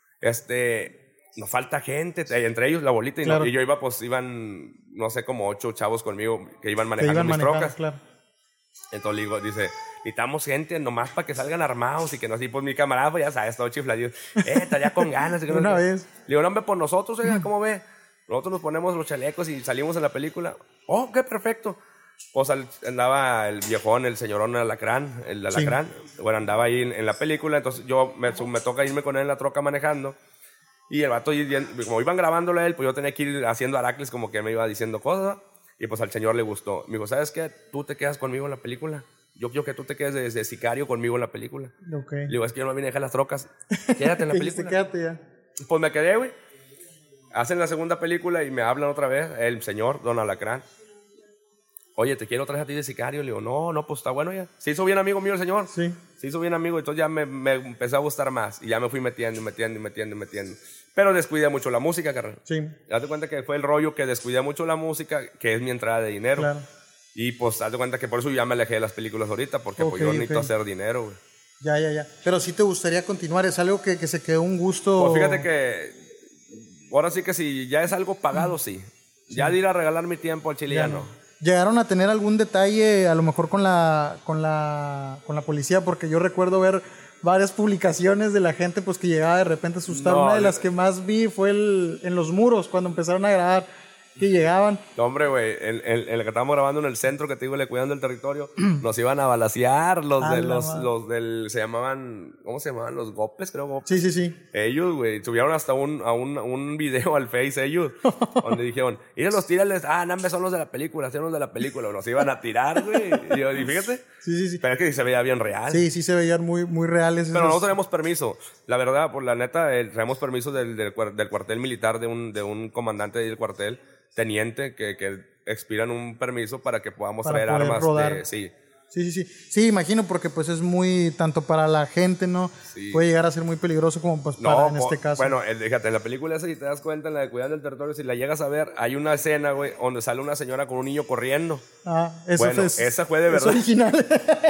nos falta gente. Entre ellos la bolita. Y yo iban, no sé, como 8 chavos conmigo que iban manejando mis trocas. Claro. Entonces digo, dice, necesitamos gente nomás para que salgan armados y que no así, pues mi camarada, pues ya sabes, todo chifladillo. Estaría con ganas. Una vez. Le digo, no, hombre, por nosotros, ¿cómo ve? Nosotros nos ponemos los chalecos y salimos en la película. Oh, qué perfecto. Pues andaba el viejón, el señorón Alacrán, Sí. Bueno, andaba ahí en la película, entonces me toca irme con él en la troca manejando. Y el vato, como iban grabándolo a él, pues yo tenía que ir haciendo aracles como que me iba diciendo cosas, ¿no? Y pues al señor le gustó. Me dijo, ¿sabes qué? Tú te quedas conmigo en la película. Yo quiero que tú te quedes de sicario conmigo en la película. Okay. Le digo, es que yo no vine a dejar las trocas. Quédate en la película. Quédate ya. Pues me quedé, güey. Hacen la segunda película y me hablan otra vez el señor, don Alacrán. oye, te quiero traer a ti de sicario. Le digo, no, pues está bueno ya. Se hizo bien amigo mío el señor. Sí. Se hizo bien amigo, entonces ya me empezó a gustar más. Y ya me fui metiendo. Pero descuidé mucho la música, carnal. Sí. Date cuenta que fue el rollo que descuidé mucho la música, que es mi entrada de dinero. Claro. Y pues date cuenta que por eso ya me alejé de las películas ahorita, porque pues yo necesito hacer dinero, güey. Ya. Pero sí te gustaría continuar, es algo que se quedó un gusto. Pues fíjate que ahora sí que si ya es algo pagado, sí. Ya de ir a regalar mi tiempo al chile ya no. ¿Llegaron a tener algún detalle a lo mejor con la policía? Porque yo recuerdo ver varias publicaciones de la gente pues que llegaba de repente a asustar. Una de las que más vi fue en los muros, cuando empezaron a grabar, que llegaban. No, hombre, güey, el que estábamos grabando en el centro, que te digo, le cuidando el territorio, nos iban a balacear los del, se llamaban, ¿cómo se llamaban? Los Gopes, creo. Gopes. Sí. Ellos, güey, subieron hasta un video al Face, ellos, donde dijeron, íralos, tírales, nambe, son los de la película, son los de la película, nos iban a tirar, güey, y fíjate. Sí. Pero es que se veía bien real. Sí, se veían muy, muy reales. Pero no tenemos permiso, la verdad, por la neta, traemos permiso del cuartel militar, de un comandante del cuartel, teniente, que expiran un permiso para que podamos traer armas. Sí, imagino, porque pues es muy, tanto para la gente, ¿no? Sí. Puede llegar a ser muy peligroso como pues para en este caso. Bueno, fíjate, en la película esa, si te das cuenta, en la de Cuidando el Territorio, si la llegas a ver, hay una escena, güey, donde sale una señora con un niño corriendo. Esa fue de verdad. Es original.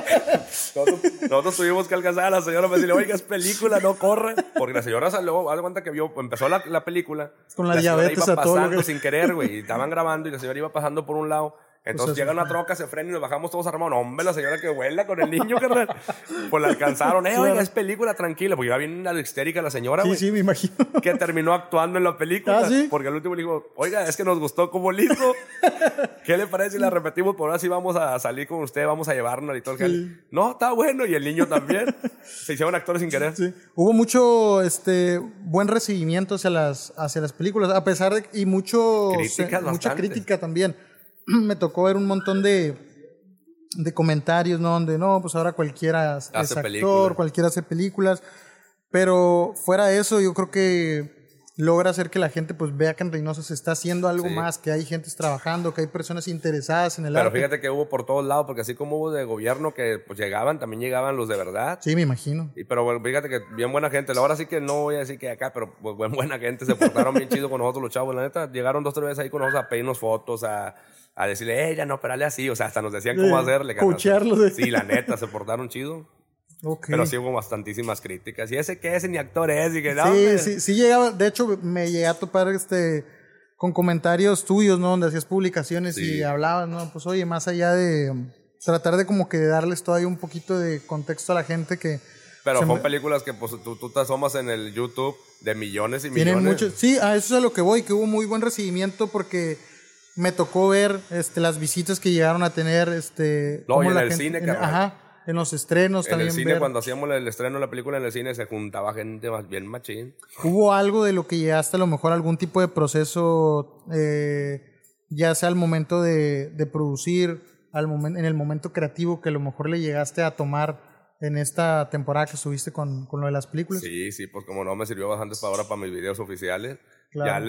Nosotros tuvimos que alcanzar a la señora para decirle, oiga, es película, no corre. Porque la señora salió, haz de cuenta que empezó la película. Con la diabetes iba a todo. Pasando sin querer, güey, y estaban grabando y la señora iba pasando por un lado. Entonces llega una troca, se frena y nos bajamos todos armados. No, hombre, la señora que vuela con el niño, carnal. Pues la alcanzaron. Oiga, es película, tranquila. Porque iba bien la histérica la señora, güey. Sí, me imagino. Que terminó actuando en la película. ¿Sí? Porque al último le dijo, oiga, es que nos gustó como listo. ¿Qué le parece si la repetimos? Por ahora sí vamos a salir con usted, vamos a llevarnos y todo el jale. No, está bueno. Y el niño también. Se hicieron actores sin querer. Sí. Hubo mucho buen recibimiento hacia las películas. A pesar de... Y mucha crítica también. Me tocó ver un montón de comentarios, ¿no? Donde no, pues ahora cualquiera es actor, cualquiera hace películas. Pero fuera de eso, yo creo que logra hacer que la gente pues vea que en Reynosa se está haciendo algo más, que hay gente trabajando, que hay personas interesadas en el arte. Pero fíjate que hubo por todos lados, porque así como hubo de gobierno que pues también llegaban los de verdad. Sí, me imagino. Pero bueno, fíjate que bien buena gente. Ahora sí que no voy a decir que acá, pero pues buena gente. Se portaron bien chido con nosotros los chavos. La neta, llegaron 2 o 3 veces ahí con nosotros a pedirnos fotos, a decirle, ya no, pero hazle así. O sea, hasta nos decían cómo hacerle. Coacharlos. Sí, la neta, se portaron chido. Okay. Pero sí hubo bastantísimas críticas. ¿Y ese qué es? Ni actor es. Y que, no, sí llegaba. De hecho, me llegué a topar con comentarios tuyos, ¿no? Donde hacías publicaciones y hablabas, ¿no? Pues oye, más allá de tratar de como que darles todavía un poquito de contexto a la gente que... Pero son películas que pues tú te asomas en el YouTube de millones y millones. Tienen muchos. Sí, a eso es a lo que voy, que hubo muy buen recibimiento porque... Me tocó ver las visitas que llegaron a tener no, y en el cine, carnal. En los estrenos también. En el cine, cuando hacíamos el estreno de la película en el cine, se juntaba gente más bien machín. ¿Hubo algo de lo que llegaste a lo mejor algún tipo de proceso, ya sea al momento de producir, en el momento creativo que a lo mejor le llegaste a tomar en esta temporada que estuviste con lo de las películas? Sí, pues como no me sirvió bastante para mis videos oficiales. Claro.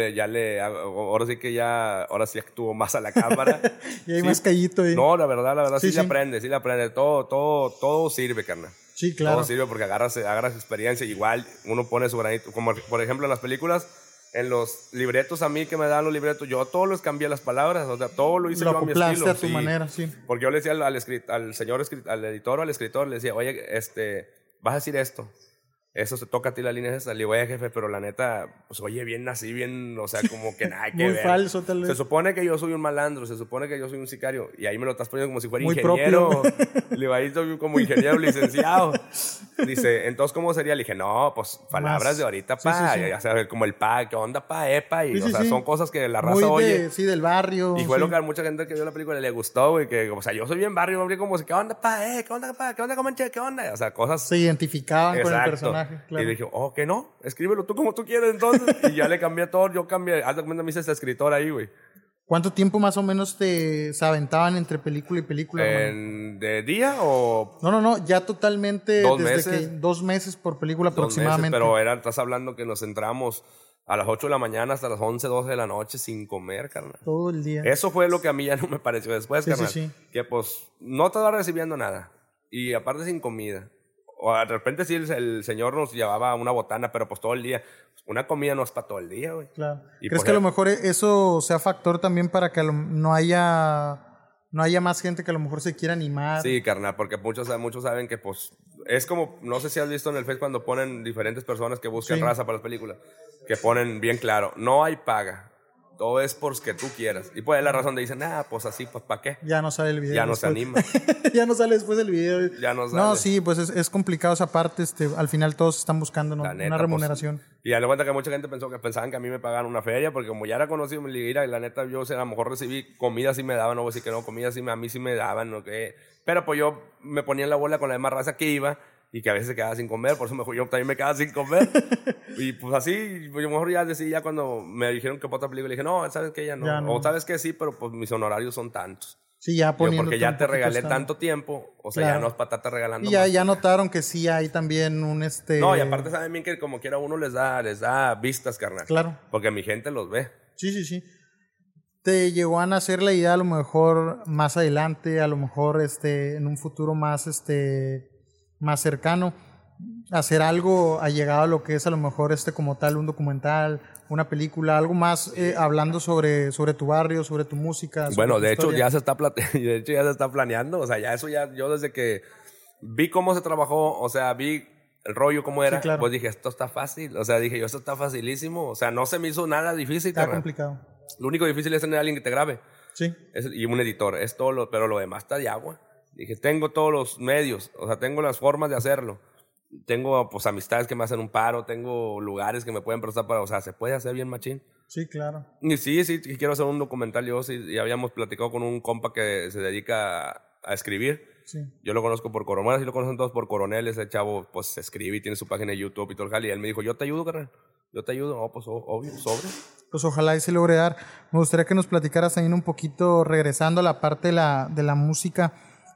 Ahora sí actúo más a la cámara. Y hay más callito ahí. No, la verdad sí le aprende. Todo sirve, carnal. Sí, claro. Todo sirve porque agarras experiencia. Igual uno pone su granito. Como por ejemplo en las películas, en los libretos a mí que me dan los libretos, yo todos les cambié las palabras. O sea, todo lo hice yo a mi estilo. Lo acoplaste a tu manera, sí. Porque yo le decía al editor o al escritor, le decía, oye, vas a decir esto. Eso se toca a ti la línea esa. Le digo, oye, jefe, pero la neta, pues oye, bien así, bien, o sea, como que nada que muy ver. Falso, tal vez. Se supone que yo soy un malandro, se supone que yo soy un sicario. Y ahí me lo estás poniendo como si fuera muy ingeniero. Propio. Le digo, ahí soy como ingeniero licenciado. Dice, entonces, ¿cómo sería? Le dije, no, pues palabras de ahorita, pa. Sí. O sea, como el pa, ¿qué onda, pa, epa? Y, o sea, son cosas que la raza oye. Sí, del barrio. Y fue lo que a mucha gente que vio la película le gustó, güey, que, o sea, yo soy bien barrio, hombre, como si, ¿qué onda, pa, qué onda, pa? ¿Qué onda, Comanche? ¿Qué onda? O sea, cosas. Se identificaban con el personaje, claro. Y dije, que no, escríbelo tú como tú quieres entonces. Y ya le cambié todo, haz de cuenta, me hice escritor ahí, güey. ¿Cuánto tiempo más o menos se aventaban entre película y película? ¿De día o...? No, ya totalmente 2 meses. 2 meses por película aproximadamente. Pero estás hablando que nos centramos a las 8 de la mañana hasta las 11, 12 de la noche sin comer, carnal. Todo el día. Eso fue lo que a mí ya no me pareció después, Sí, carnal. sí. Que pues no estaba recibiendo nada. Y aparte sin comida. O de repente sí el señor nos llevaba una botana, pero pues todo el día. Una comida no es para todo el día, güey. Claro. Y ¿Crees pues, que a lo mejor eso sea factor también para que no haya más gente que a lo mejor se quiera animar? Sí, carnal, porque muchos saben que pues es como, no sé si has visto en el Face cuando ponen diferentes personas que buscan Sí. raza para las películas, que ponen bien claro, no hay paga, todo es porque tú quieras. Y pues es la razón de dicen, pues así, pues ¿para qué? Ya no sale el video. Ya no se después. anima. Ya no sale después del video. Ya no sale. No, sí, pues es complicado esa parte. Al final todos están buscando, ¿no? La neta, una remuneración. Pues, y a la cuenta que mucha gente pensaban que a mí me pagaban una feria, porque como ya era conocido mi liguira, y la neta yo a lo mejor recibí comida sí me daban, no voy a decir que no, comida sí a mí sí me daban, ¿no? Pero pues yo me ponía en la bola con la demás raza que iba y que a veces se quedaba sin comer, por eso yo también me quedaba sin comer. Y pues así, yo mejor ya decidí, ya cuando me dijeron que para otra película, dije, no, ¿sabes qué? Ya no. O ¿sabes qué? Sí, pero pues mis honorarios son tantos. Sí, ya poniendo. Porque ya te regalé tanto tiempo, o sea, claro. ya no es para estarte regalando y ya notaron que sí hay también un No, y aparte saben bien que como quiera uno les da vistas, carnal. Claro. Porque mi gente los ve. Sí. ¿Te llegó a nacer la idea a lo mejor más adelante, a lo mejor en un futuro más cercano, hacer algo allegado a lo que es a lo mejor como tal un documental, una película, algo más hablando sobre tu barrio, sobre tu música? Bueno, de hecho ya se está planeando, o sea, yo desde que vi cómo se trabajó, o sea, vi el rollo cómo era, sí, claro. Pues dije, esto está fácil, o sea, dije yo, esto está facilísimo, o sea, no se me hizo nada difícil. Está complicado. Lo único difícil es tener a alguien que te grabe. Sí. Y un editor, es todo pero lo demás está de agua. Dije, tengo todos los medios, o sea, tengo las formas de hacerlo. Tengo, pues, amistades que me hacen un paro, tengo lugares que me pueden prestar para, o sea, se puede hacer bien machín. Sí, claro. Y sí, quiero hacer un documental. Yo sí, ya habíamos platicado con un compa que se dedica a escribir. Sí. Yo lo conozco por Coronel, sí lo conocen todos por Coronel. Ese chavo, pues, escribe y tiene su página de YouTube y todo el jale. Y él me dijo, yo te ayudo, carnal. Yo te ayudo. Pues, obvio, sobre. Pues ojalá y se logre dar. Me gustaría que nos platicaras también un poquito, regresando a la parte de la música,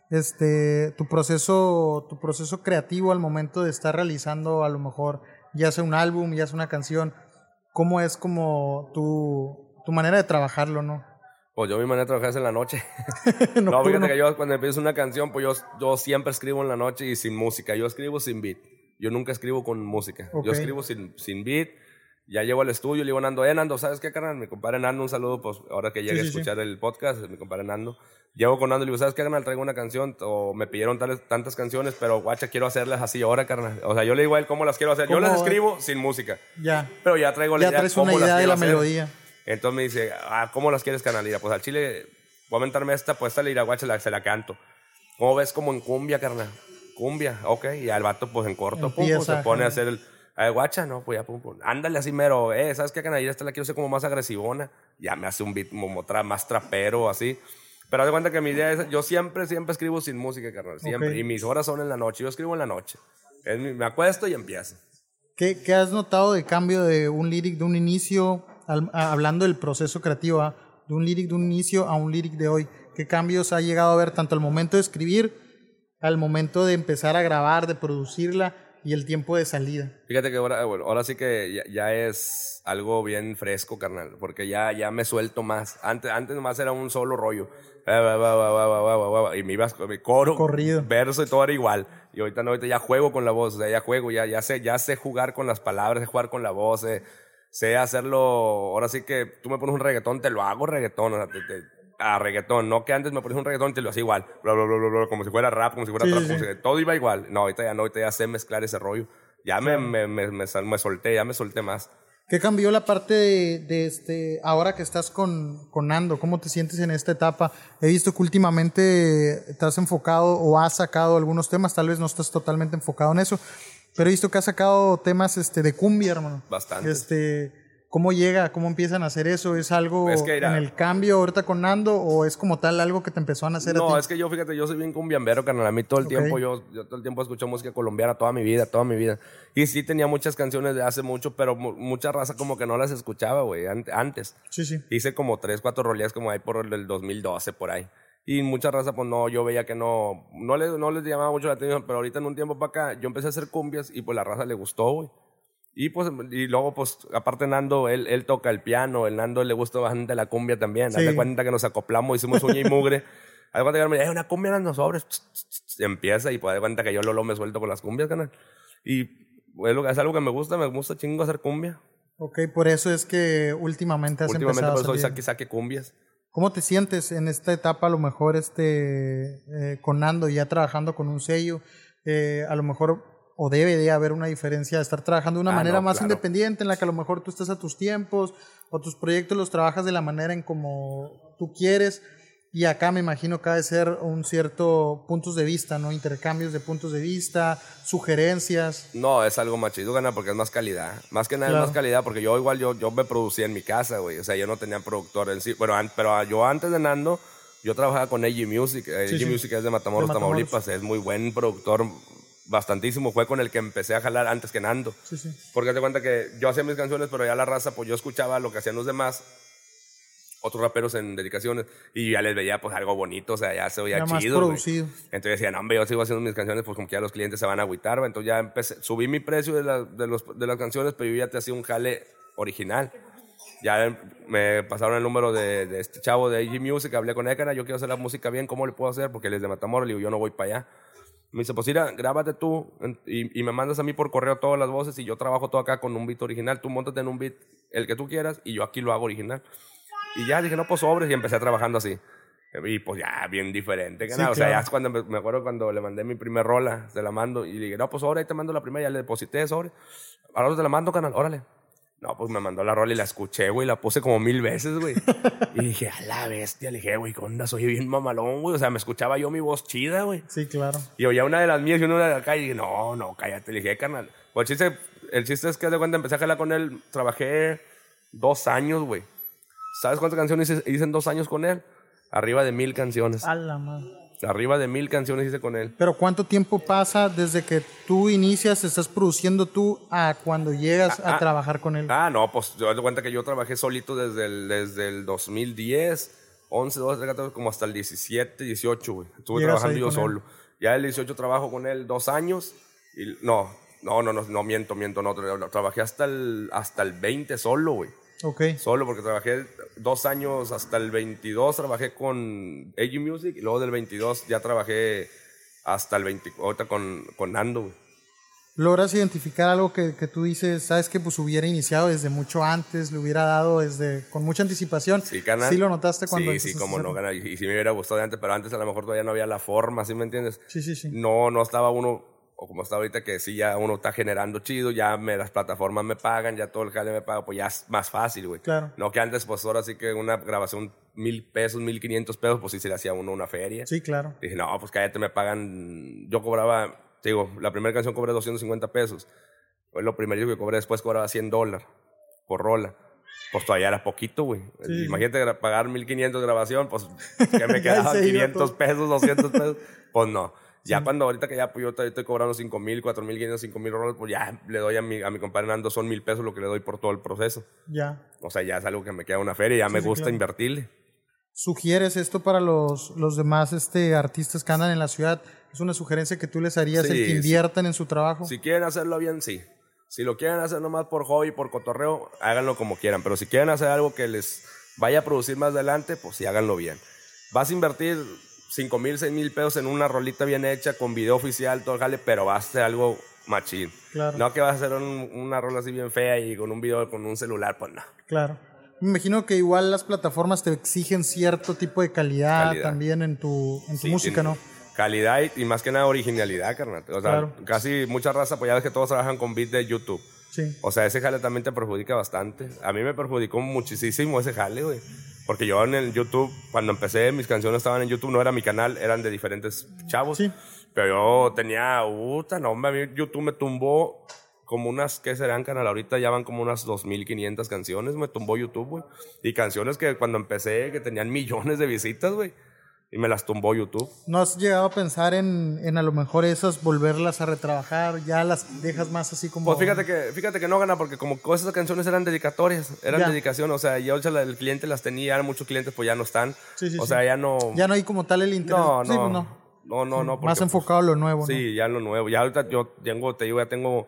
tu proceso creativo al momento de estar realizando a lo mejor ya sea un álbum, ya sea una canción. ¿Cómo es como tu manera de trabajarlo, no? Pues yo mi manera de trabajar es en la noche. No, fíjate que yo cuando empiezo una canción, pues yo siempre escribo en la noche y sin música. Yo escribo sin beat. Yo nunca escribo con música. Okay. Yo escribo sin beat. Ya llego al estudio, le digo a Nando, Nando, ¿sabes qué, carnal? Mi compadre Nando, un saludo, pues ahora que llegue a escuchar el podcast, mi compadre Nando. Llego con Nando y le digo, ¿sabes qué, carnal? Traigo una canción, o me pidieron tantas canciones, pero guacha, quiero hacerlas así ahora, carnal. O sea, yo le digo a él cómo las quiero hacer. Yo las escribo sin música. Ya. Pero ya traigo la idea. Ya traes una idea de la melodía. Entonces me dice, ¿cómo las quieres, carnal? Pues al chile, voy a aventarme esta, pues esta le dirá, guacha, se la canto. ¿Cómo ves? Como en cumbia, carnal. Cumbia, ok. Y al vato, pues en corto, pues, se pone a hacer el... guacha, no, pues ya, pum. Ándale así mero, ¿sabes qué, canal? Esta la quiero hacer como más agresivona. Ya me hace un beat como más trapero, así. Pero haz de cuenta que mi idea es, yo siempre escribo sin música, carnal. Siempre. Okay. Y mis horas son en la noche. Yo escribo en la noche. Me acuesto y empiezo. ¿Qué has notado de cambio de un lyric de un inicio, hablando del proceso creativo, de un lyric de un inicio a un lyric de hoy? ¿Qué cambios ha llegado a ver tanto al momento de escribir, al momento de empezar a grabar, de producirla, y el tiempo de salida? Fíjate que ahora sí que ya es algo bien fresco, carnal, porque ya me suelto más. Antes nomás era un solo rollo. Y me ibas con mi coro, corrido, verso y todo era igual. Y ahorita ya juego con la voz, o sea, ya juego, ya sé jugar con las palabras, sé jugar con la voz, sé hacerlo. Ahora sí que tú me pones un reggaetón, te lo hago reggaetón, o sea, a reggaetón, no que antes me pones un reggaetón y te lo hacía igual, bla, bla, bla, bla, bla, como si fuera rap, como si fuera trap, como si, todo iba igual. No, ahorita ya sé mezclar ese rollo. Ya me solté más. ¿Qué cambió la parte de ahora que estás con Nando? ¿Cómo te sientes en esta etapa? He visto que últimamente te has enfocado o has sacado algunos temas, tal vez no estás totalmente enfocado en eso, pero he visto que has sacado temas de cumbia, hermano. Bastante. ¿Cómo empiezan a hacer eso? ¿Es algo en el cambio ahorita con Nando o es como tal algo que te empezó a nacer a ti? No, es que yo soy bien cumbiambero, carnal. A mí todo el tiempo, yo todo el tiempo escucho música colombiana toda mi vida. Y sí tenía muchas canciones de hace mucho, pero mucha raza como que no las escuchaba, güey, antes. Sí. Hice como 3, 4 roleas como ahí por el 2012, por ahí. Y mucha raza, pues no, yo veía que no les llamaba mucho la atención, pero ahorita en un tiempo para acá, yo empecé a hacer cumbias y pues la raza le gustó, güey. Y pues, y luego, pues, aparte Nando, él toca el piano, el Nando le gusta bastante la cumbia también. Sí. Haz de cuenta que nos acoplamos, hicimos uña y mugre. Haz de cuenta que me dice, una cumbia Nando sobres. Y empieza y pues haz de cuenta que yo Lolo me suelto con las cumbias, canal. Y es algo que me gusta chingo hacer cumbia. Ok, por eso es que últimamente has Últimamente empezado pues a salir. soy saque cumbias. ¿Cómo te sientes en esta etapa, a lo mejor con Nando, ya trabajando con un sello? A lo mejor, o debe de haber una diferencia de estar trabajando de una manera más claro. independiente, en la que a lo mejor tú estás a tus tiempos, o tus proyectos los trabajas de la manera en como tú quieres, y acá me imagino que ha de ser un cierto puntos de vista, ¿no? Intercambios de puntos de vista, sugerencias. No, es algo más chido, gana, porque es más calidad. Más que nada Claro. es más calidad, porque yo me producía en mi casa, güey. O sea, yo no tenía productor en sí. Bueno, pero yo antes de Nando, yo trabajaba con AG Music. Sí, AG sí. Music es de Matamoros, De Matamoros. Tamaulipas. Es muy buen productor, bastantísimo. Fue con el que empecé a jalar antes que Nando. Sí, sí. Porque te cuenta que yo hacía mis canciones, pero ya la raza, pues yo escuchaba lo que hacían los demás, otros raperos en dedicaciones, y ya les veía pues algo bonito, o sea, ya se oía Ya más chido, güey. producido. Entonces decían, hombre, yo sigo haciendo mis canciones, pues como que ya los clientes se van a agüitar, güey. Entonces ya subí mi precio de las canciones, pero yo ya te hacía un jale original. Ya me pasaron el número de este chavo de AG Music, hablé con él, yo quiero hacer la música bien, ¿cómo le puedo hacer? Porque él es de Matamoros, le digo, yo no voy para allá. Me dice, pues mira, grábate tú y me mandas a mí por correo todas las voces y yo trabajo todo acá con un beat original. Tú móntate en un beat, el que tú quieras, y yo aquí lo hago original. Y ya dije, no, pues sobres, y empecé trabajando así. Y pues ya, bien diferente. Sí, O sea, claro. ya es cuando me acuerdo cuando le mandé mi primer rola, se la mando, y le dije, no, pues sobre, ahí te mando la primera, ya le deposité sobre. Ahora te la mando, canal, órale. No, pues me mandó la rola y la escuché, güey, la puse como 1000 veces, güey. Y dije, a la bestia, le dije, güey, ¿qué onda? Soy bien mamalón, güey. O sea, me escuchaba yo mi voz chida, güey. Sí, claro. Y oía una de las mías y una de acá y dije, no, cállate. Le dije, carnal. Pues el chiste es que de cuenta empecé a jalar con él, trabajé 2 años, güey. ¿Sabes cuántas canciones hice en 2 años con él? Arriba de 1000 canciones. A la madre. Arriba de 1000 canciones hice con él. Pero ¿cuánto tiempo pasa desde que tú inicias, estás produciendo tú, a cuando llegas a trabajar con él? No, pues yo doy cuenta que yo trabajé solito desde el 2010, 11, 12, 14, como hasta el 17, 18, güey. Estuve Llegas trabajando ahí yo con solo. Ya el 18 trabajo con él 2 años. Y no, miento, no. Trabajé hasta el 20 solo, güey. Ok. Solo porque trabajé 2 años hasta el 22, trabajé con AG Music y luego del 22 ya trabajé hasta el 20, ahorita con Nando, güey. ¿Logras identificar algo que tú dices, sabes que pues hubiera iniciado desde mucho antes, le hubiera dado con mucha anticipación? Sí, canal. ¿Sí lo notaste cuando Sí, empezaste como a no, hacerlo? canal. Y sí me hubiera gustado de antes, pero antes a lo mejor todavía no había la forma, ¿sí me entiendes? Sí, sí, sí. No estaba uno, o como está ahorita, que sí ya uno está generando chido, ya las plataformas me pagan, ya todo el jale me paga, pues ya es más fácil, güey. Claro. No que antes, pues ahora sí que una grabación 1000 pesos, 1500 pesos, pues sí se le hacía a uno una feria. Sí, claro. Dije, no, pues cállate, me pagan. Yo cobraba, te digo, la primera canción cobré 250 pesos. Fue lo primero que cobré, después cobraba $100 por rola. Pues todavía era poquito, güey. Sí. Imagínate pagar 1500 grabación, pues que me Ya quedaban se iba 500 todo. pesos, 200 pesos. Pues no. Ya Sí. cuando ahorita que ya pues, yo estoy cobrando 5000, 4500, 5000 rolas, pues ya le doy a mi compadre Nando, son 1000 pesos lo que le doy por todo el proceso. Ya. O sea, ya es algo que me queda una feria, ya me sí, gusta claro. invertirle. ¿Sugieres esto para los demás artistas que andan en la ciudad? ¿Es una sugerencia que tú les harías, Sí, el que sí. inviertan en su trabajo? Si quieren hacerlo bien, sí. Si lo quieren hacer nomás por hobby, por cotorreo, háganlo como quieran. Pero si quieren hacer algo que les vaya a producir más adelante, pues sí, háganlo bien. Vas a invertir 5000, 6000 pesos en una rolita bien hecha, con video oficial, todo el jale, pero vas a hacer algo machín. Claro. No que vas a hacer una rola así bien fea y con un video con un celular, pues no. Claro. Me imagino que igual las plataformas te exigen cierto tipo de calidad. También en tu Sí, música, tiene ¿no? Calidad y más que nada originalidad, carnal. O sea, Claro. casi mucha raza, pues ya ves que todos trabajan con beat de YouTube. Sí. O sea, ese jale también te perjudica bastante. A mí me perjudicó muchísimo ese jale, güey. Porque yo en el YouTube, cuando empecé, mis canciones estaban en YouTube, no era mi canal, eran de diferentes chavos. Sí. Pero yo tenía, no, hombre, a mí YouTube me tumbó como unas, ¿qué serán, canal? Ahorita ya van como unas 2500 canciones, me tumbó YouTube, güey. Y canciones que cuando empecé, que tenían millones de visitas, güey. Y me las tumbó YouTube. ¿No has llegado a pensar en a lo mejor esas, volverlas a retrabajar? Ya las dejas más así como... Pues fíjate que no gana, porque como esas canciones eran dedicatorias, eran Ya. dedicación, o sea, ya el cliente las tenía, eran muchos clientes, pues ya no están. Sí, sí, o sí. sea, ya no... Ya no hay como tal el interés. No, Sí, no. pues no. No. Más porque, enfocado a lo nuevo, pues, ¿no? sí, ya en lo nuevo. Ya ahorita yo tengo, te digo, ya tengo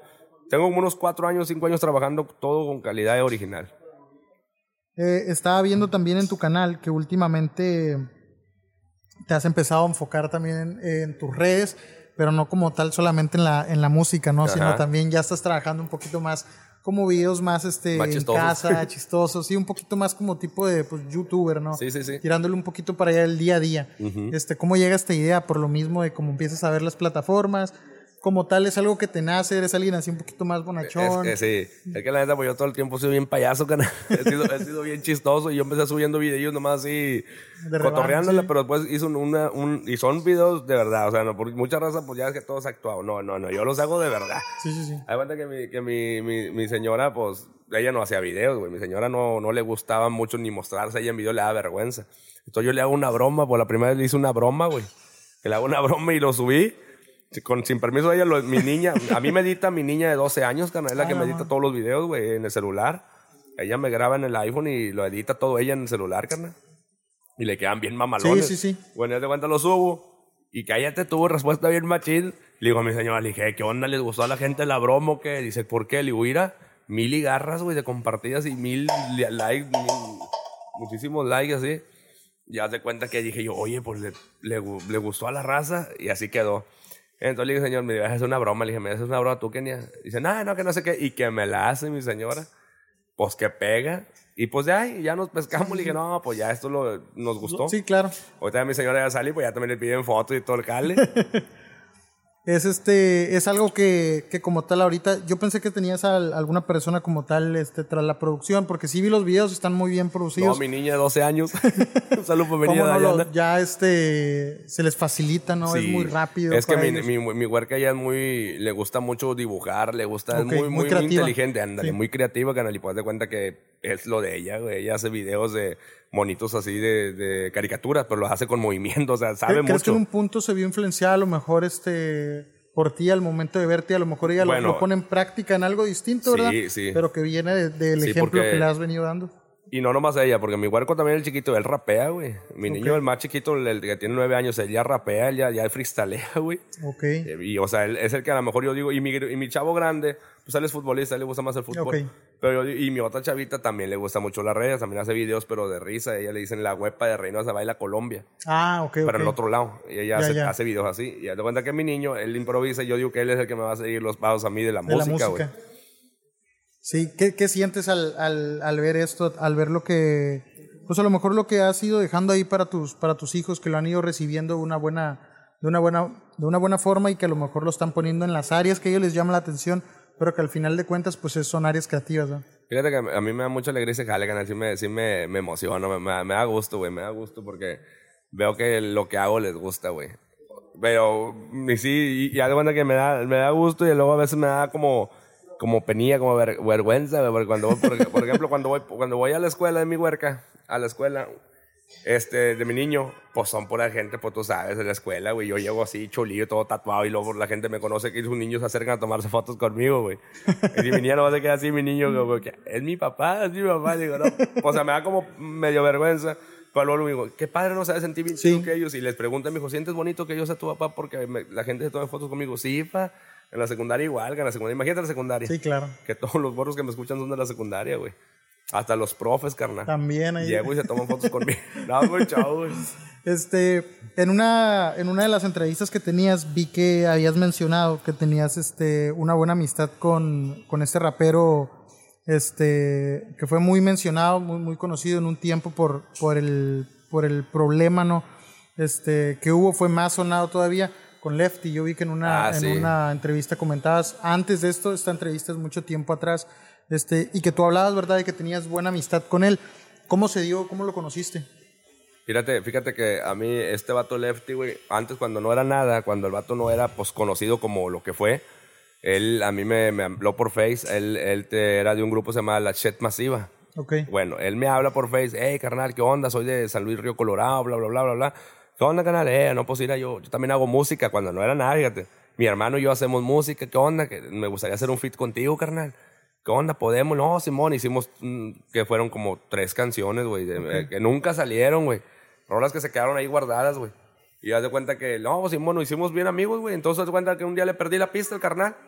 Tengo como unos 4 años, 5 años trabajando todo con calidad original. Estaba viendo también en tu canal que últimamente te has empezado a enfocar también en tus redes, pero no como tal solamente en la música, ¿no? Ajá. Sino también ya estás trabajando un poquito más como videos más, Más en chistosos. casa, chistosos, sí, un poquito más como tipo de pues, youtuber, ¿no? Sí. Tirándole un poquito para allá el día a día. ¿Cómo llega esta idea? Por lo mismo de cómo empiezas a ver las plataformas, como tal es algo que te nace, eres alguien así un poquito más bonachón. Sí, es que la neta, pues yo todo el tiempo he sido bien payaso, canal. He sido bien chistoso y yo empecé subiendo videos nomás así, De cotorreándola, sí. pero después hice y son videos de verdad, o sea, no, por mucha raza, pues ya es que todo es actuado. No, yo los hago de verdad. Sí. Hay cuenta que mi señora, pues, ella no hacía videos, güey. Mi señora no le gustaba mucho ni mostrarse, ella en video le da vergüenza. Entonces yo le hago una broma, pues la primera vez le hice una broma, güey. Que le hago una broma y lo subí. Sin permiso de ella, mi niña, a mí me edita mi niña de 12 años, carnal, es la que me edita todos los videos, güey, en el celular. Ella me graba en el iPhone y lo edita todo ella en el celular, carnal. Y le quedan bien mamalones. Sí. Bueno, ya te cuenta, lo subo. Y cállate, tuvo respuesta bien machín. Le digo a mi señora, le dije, ¿qué onda? ¿Les gustó a la gente la broma o qué? Dice, ¿por qué? Le digo, mira, 1000 garras, güey, de compartidas y 1000 likes, muchísimos likes así. Ya te cuenta que dije yo, oye, pues le gustó a la raza y así quedó. Entonces le dije, señor, me vas a hacer una broma. Le dije, ¿me haces una broma tú, Kenia? Dice, no, que no sé qué. Y que me la hace mi señora. Pues que pega. Y pues ya nos pescamos. Le dije, no, pues ya esto nos gustó. Sí, claro. Ahorita mi señora ya sale y pues ya también le piden fotos y todo el cale. Es algo que como tal ahorita, yo pensé que tenías a alguna persona como tal tras la producción, porque sí vi los videos, están muy bien producidos. No, mi niña de 12 años. Un saludo para mi ¿Cómo niña no Dayana. ya se les facilita, ¿no? Sí. Es muy rápido. Es que para ellos. mi huerca ya le gusta mucho dibujar, le gusta, Ok, es muy muy creativa. inteligente, ándale, Sí. muy creativa, canal, y pues de cuenta que es lo de ella, güey. Ella hace videos de monitos así de caricaturas, pero los hace con movimiento, o sea, sabe ¿Crees que mucho. en un punto se vio influenciada a lo mejor por ti al momento de verte? A lo mejor ella Bueno, lo pone en práctica en algo distinto, sí, ¿verdad? sí. Pero que viene del Sí, ejemplo porque- que le has venido dando. Y no nomás ella, porque mi huerco también, el chiquito, él rapea, güey. Mi niño, el más chiquito, el que tiene 9 años, él ya rapea, él ya freestalea, güey. Ok. Y, o sea, él es el que a lo mejor yo digo, y mi chavo grande, pues él es futbolista, a él le gusta más el fútbol. Ok. Pero y mi otra chavita también le gusta mucho las redes, también hace videos, pero de risa. Ella le dicen la huepa de Reynosa baila Colombia, Ah, ok, pero ok. en el otro lado. Y ella Ya. hace videos así. Y ya te cuenta que mi niño, él improvisa y yo digo que él es el que me va a seguir los pasos a mí de la De la música, güey. música. Sí, ¿qué sientes al ver esto, al ver lo que, pues a lo mejor lo que has ido dejando ahí para tus hijos, que lo han ido recibiendo de una buena forma y que a lo mejor lo están poniendo en las áreas que a ellos les llama la atención, pero que al final de cuentas pues son áreas creativas, ¿no? Fíjate que a mí me da mucha alegría ese jale, canal. Sí me emociona, me da gusto, güey. Me da gusto porque veo que lo que hago les gusta, güey. Pero, y sí, y algo que me da gusto y luego a veces me da como penilla, como vergüenza, güey. Porque por ejemplo, cuando voy a la escuela de mi huerca, a la escuela, de mi niño, pues son pura gente, pues tú sabes, de la escuela, güey. Yo llego así, cholillo, todo tatuado, y luego la gente me conoce que sus niños se acercan a tomarse fotos conmigo, güey. Y si mi niña no va a quedar así, mi niño, güey, que es mi papá, digo, no. O sea, me da como medio vergüenza. Pero luego digo, qué padre, no sabes sentir bien chido que ellos. Y les pregunto a mi hijo, ¿sientes bonito que yo sea tu papá? Porque la gente se toma fotos conmigo. Sí, pa. En la secundaria igual, que en la secundaria. Imagínate la secundaria. Sí, claro. Que todos los morros que me escuchan son de la secundaria, güey. Hasta los profes, carnal. También ahí. Llego y se toman fotos conmigo. No, güey, chao, güey. En una de las entrevistas que tenías vi que habías mencionado que tenías una buena amistad con este rapero que fue muy mencionado, muy conocido en un tiempo por el problema, ¿no? Que hubo, fue más sonado todavía con Lefty. Yo vi que en una entrevista comentabas antes de esta entrevista es mucho tiempo atrás, y que tú hablabas, ¿verdad?, de que tenías buena amistad con él. ¿Cómo se dio? ¿Cómo lo conociste? Fíjate que a mí este vato Lefty, güey, antes cuando no era nada, cuando el vato no era pues conocido como lo que fue, él a mí me habló por Face, él era de un grupo que se llama La Chet Masiva. Okay. Bueno, él me habla por Face, hey carnal, ¿qué onda? Soy de San Luis Río Colorado, bla, bla, bla, bla, bla. ¿Qué onda, carnal? No, pues mira, yo también hago música cuando no era nada, fíjate. Mi hermano y yo hacemos música, ¿qué onda? Que me gustaría hacer un feat contigo, carnal. ¿Qué onda? ¿Podemos? No, Simón, hicimos que fueron como 3 canciones, güey, que nunca salieron, güey. Rolas que se quedaron ahí guardadas, güey. Y haz de cuenta que, no, Simón, nos hicimos bien amigos, güey. Entonces haz de cuenta que un día le perdí la pista al carnal.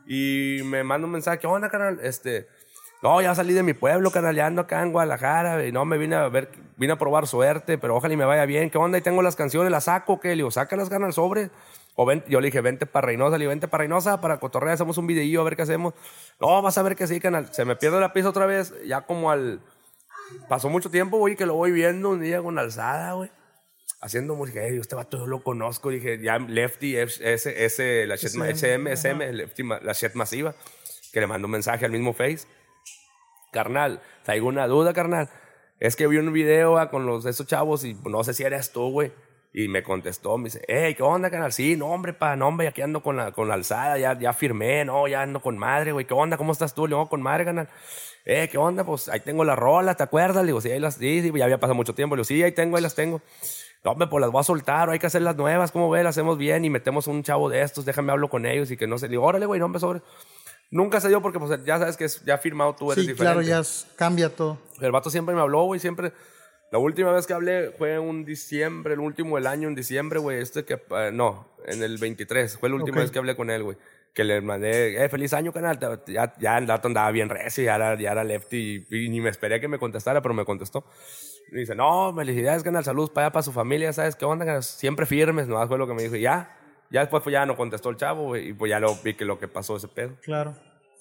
Y me manda un mensaje, ¿qué onda, carnal? No, ya salí de mi pueblo, carnal, ya ando acá en Guadalajara. Y no, vine a probar suerte, pero ojalá y me vaya bien. ¿Qué onda? Y tengo las canciones, ¿las saco? ¿Qué? Le digo, sácalas, carnal, sobre. O ven, yo le dije, vente para Reynosa. Le digo, vente para Reynosa, para cotorrear, hacemos un videillo, a ver qué hacemos. No, vas a ver que sí, carnal. Se me pierde la pista otra vez, ya como pasó mucho tiempo, güey, que lo voy viendo un día con Alzada, güey. Haciendo música, este vato yo lo conozco. Dije, ya Lefty, la Shed SM, Lefty, la Shed Masiva, que le mandó un mensaje al mismo Face. Carnal, traigo una duda, carnal. Es que vi un video con esos chavos y no sé si eres tú, güey. Y me contestó, me dice, hey, ¿qué onda, carnal? Sí, no, hombre, no, hombre, aquí ando con la Alzada, ya firmé, no, ya ando con madre, güey. ¿Qué onda? ¿Cómo estás tú? Le digo, con madre, carnal. ¿Qué onda? Pues ahí tengo las rolas, ¿te acuerdas? Le digo, sí, sí, ya había pasado mucho tiempo. Le digo, sí, ahí las tengo. No, hombre, pues las voy a soltar, hay que hacer las nuevas, ¿cómo ves? Las hacemos bien y metemos un chavo de estos, déjame hablo con ellos y que no se... Le digo, órale, güey, no, hombre, sobre... Nunca se dio porque pues, ya sabes que ya firmado tú eres diferente. Sí, claro, cambia todo. El vato siempre me habló, güey, siempre... La última vez que hablé fue un diciembre, el último del año, en diciembre, güey, no, en el 23, fue la última vez que hablé con él, güey. Que le mandé, feliz año, canal, ya el dato andaba bien recio, ya era Lefty y ni me esperé que me contestara, pero me contestó. Y dice, no, felicidades, canal, saludos para allá, para su familia, ¿sabes qué onda, canal? Siempre firmes, no, fue lo que me dijo, y ya después pues ya no contestó el chavo, güey, y pues ya vi que lo que pasó ese pedo. Claro.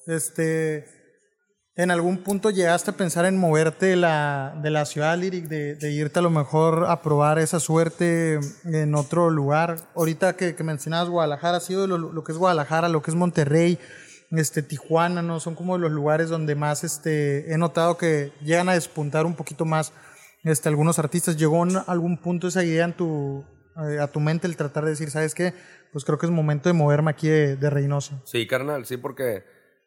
¿En algún punto llegaste a pensar en moverte de la ciudad, Lyric, de irte a lo mejor a probar esa suerte en otro lugar? Ahorita que mencionabas Guadalajara, ha sido lo que es Guadalajara, lo que es Monterrey, Tijuana, ¿no? Son como los lugares donde más he notado que llegan a despuntar un poquito más algunos artistas. ¿Llegó en algún punto esa idea a tu mente el tratar de decir, ¿sabes qué? Pues creo que es momento de moverme aquí de Reynosa. Sí, carnal, sí, porque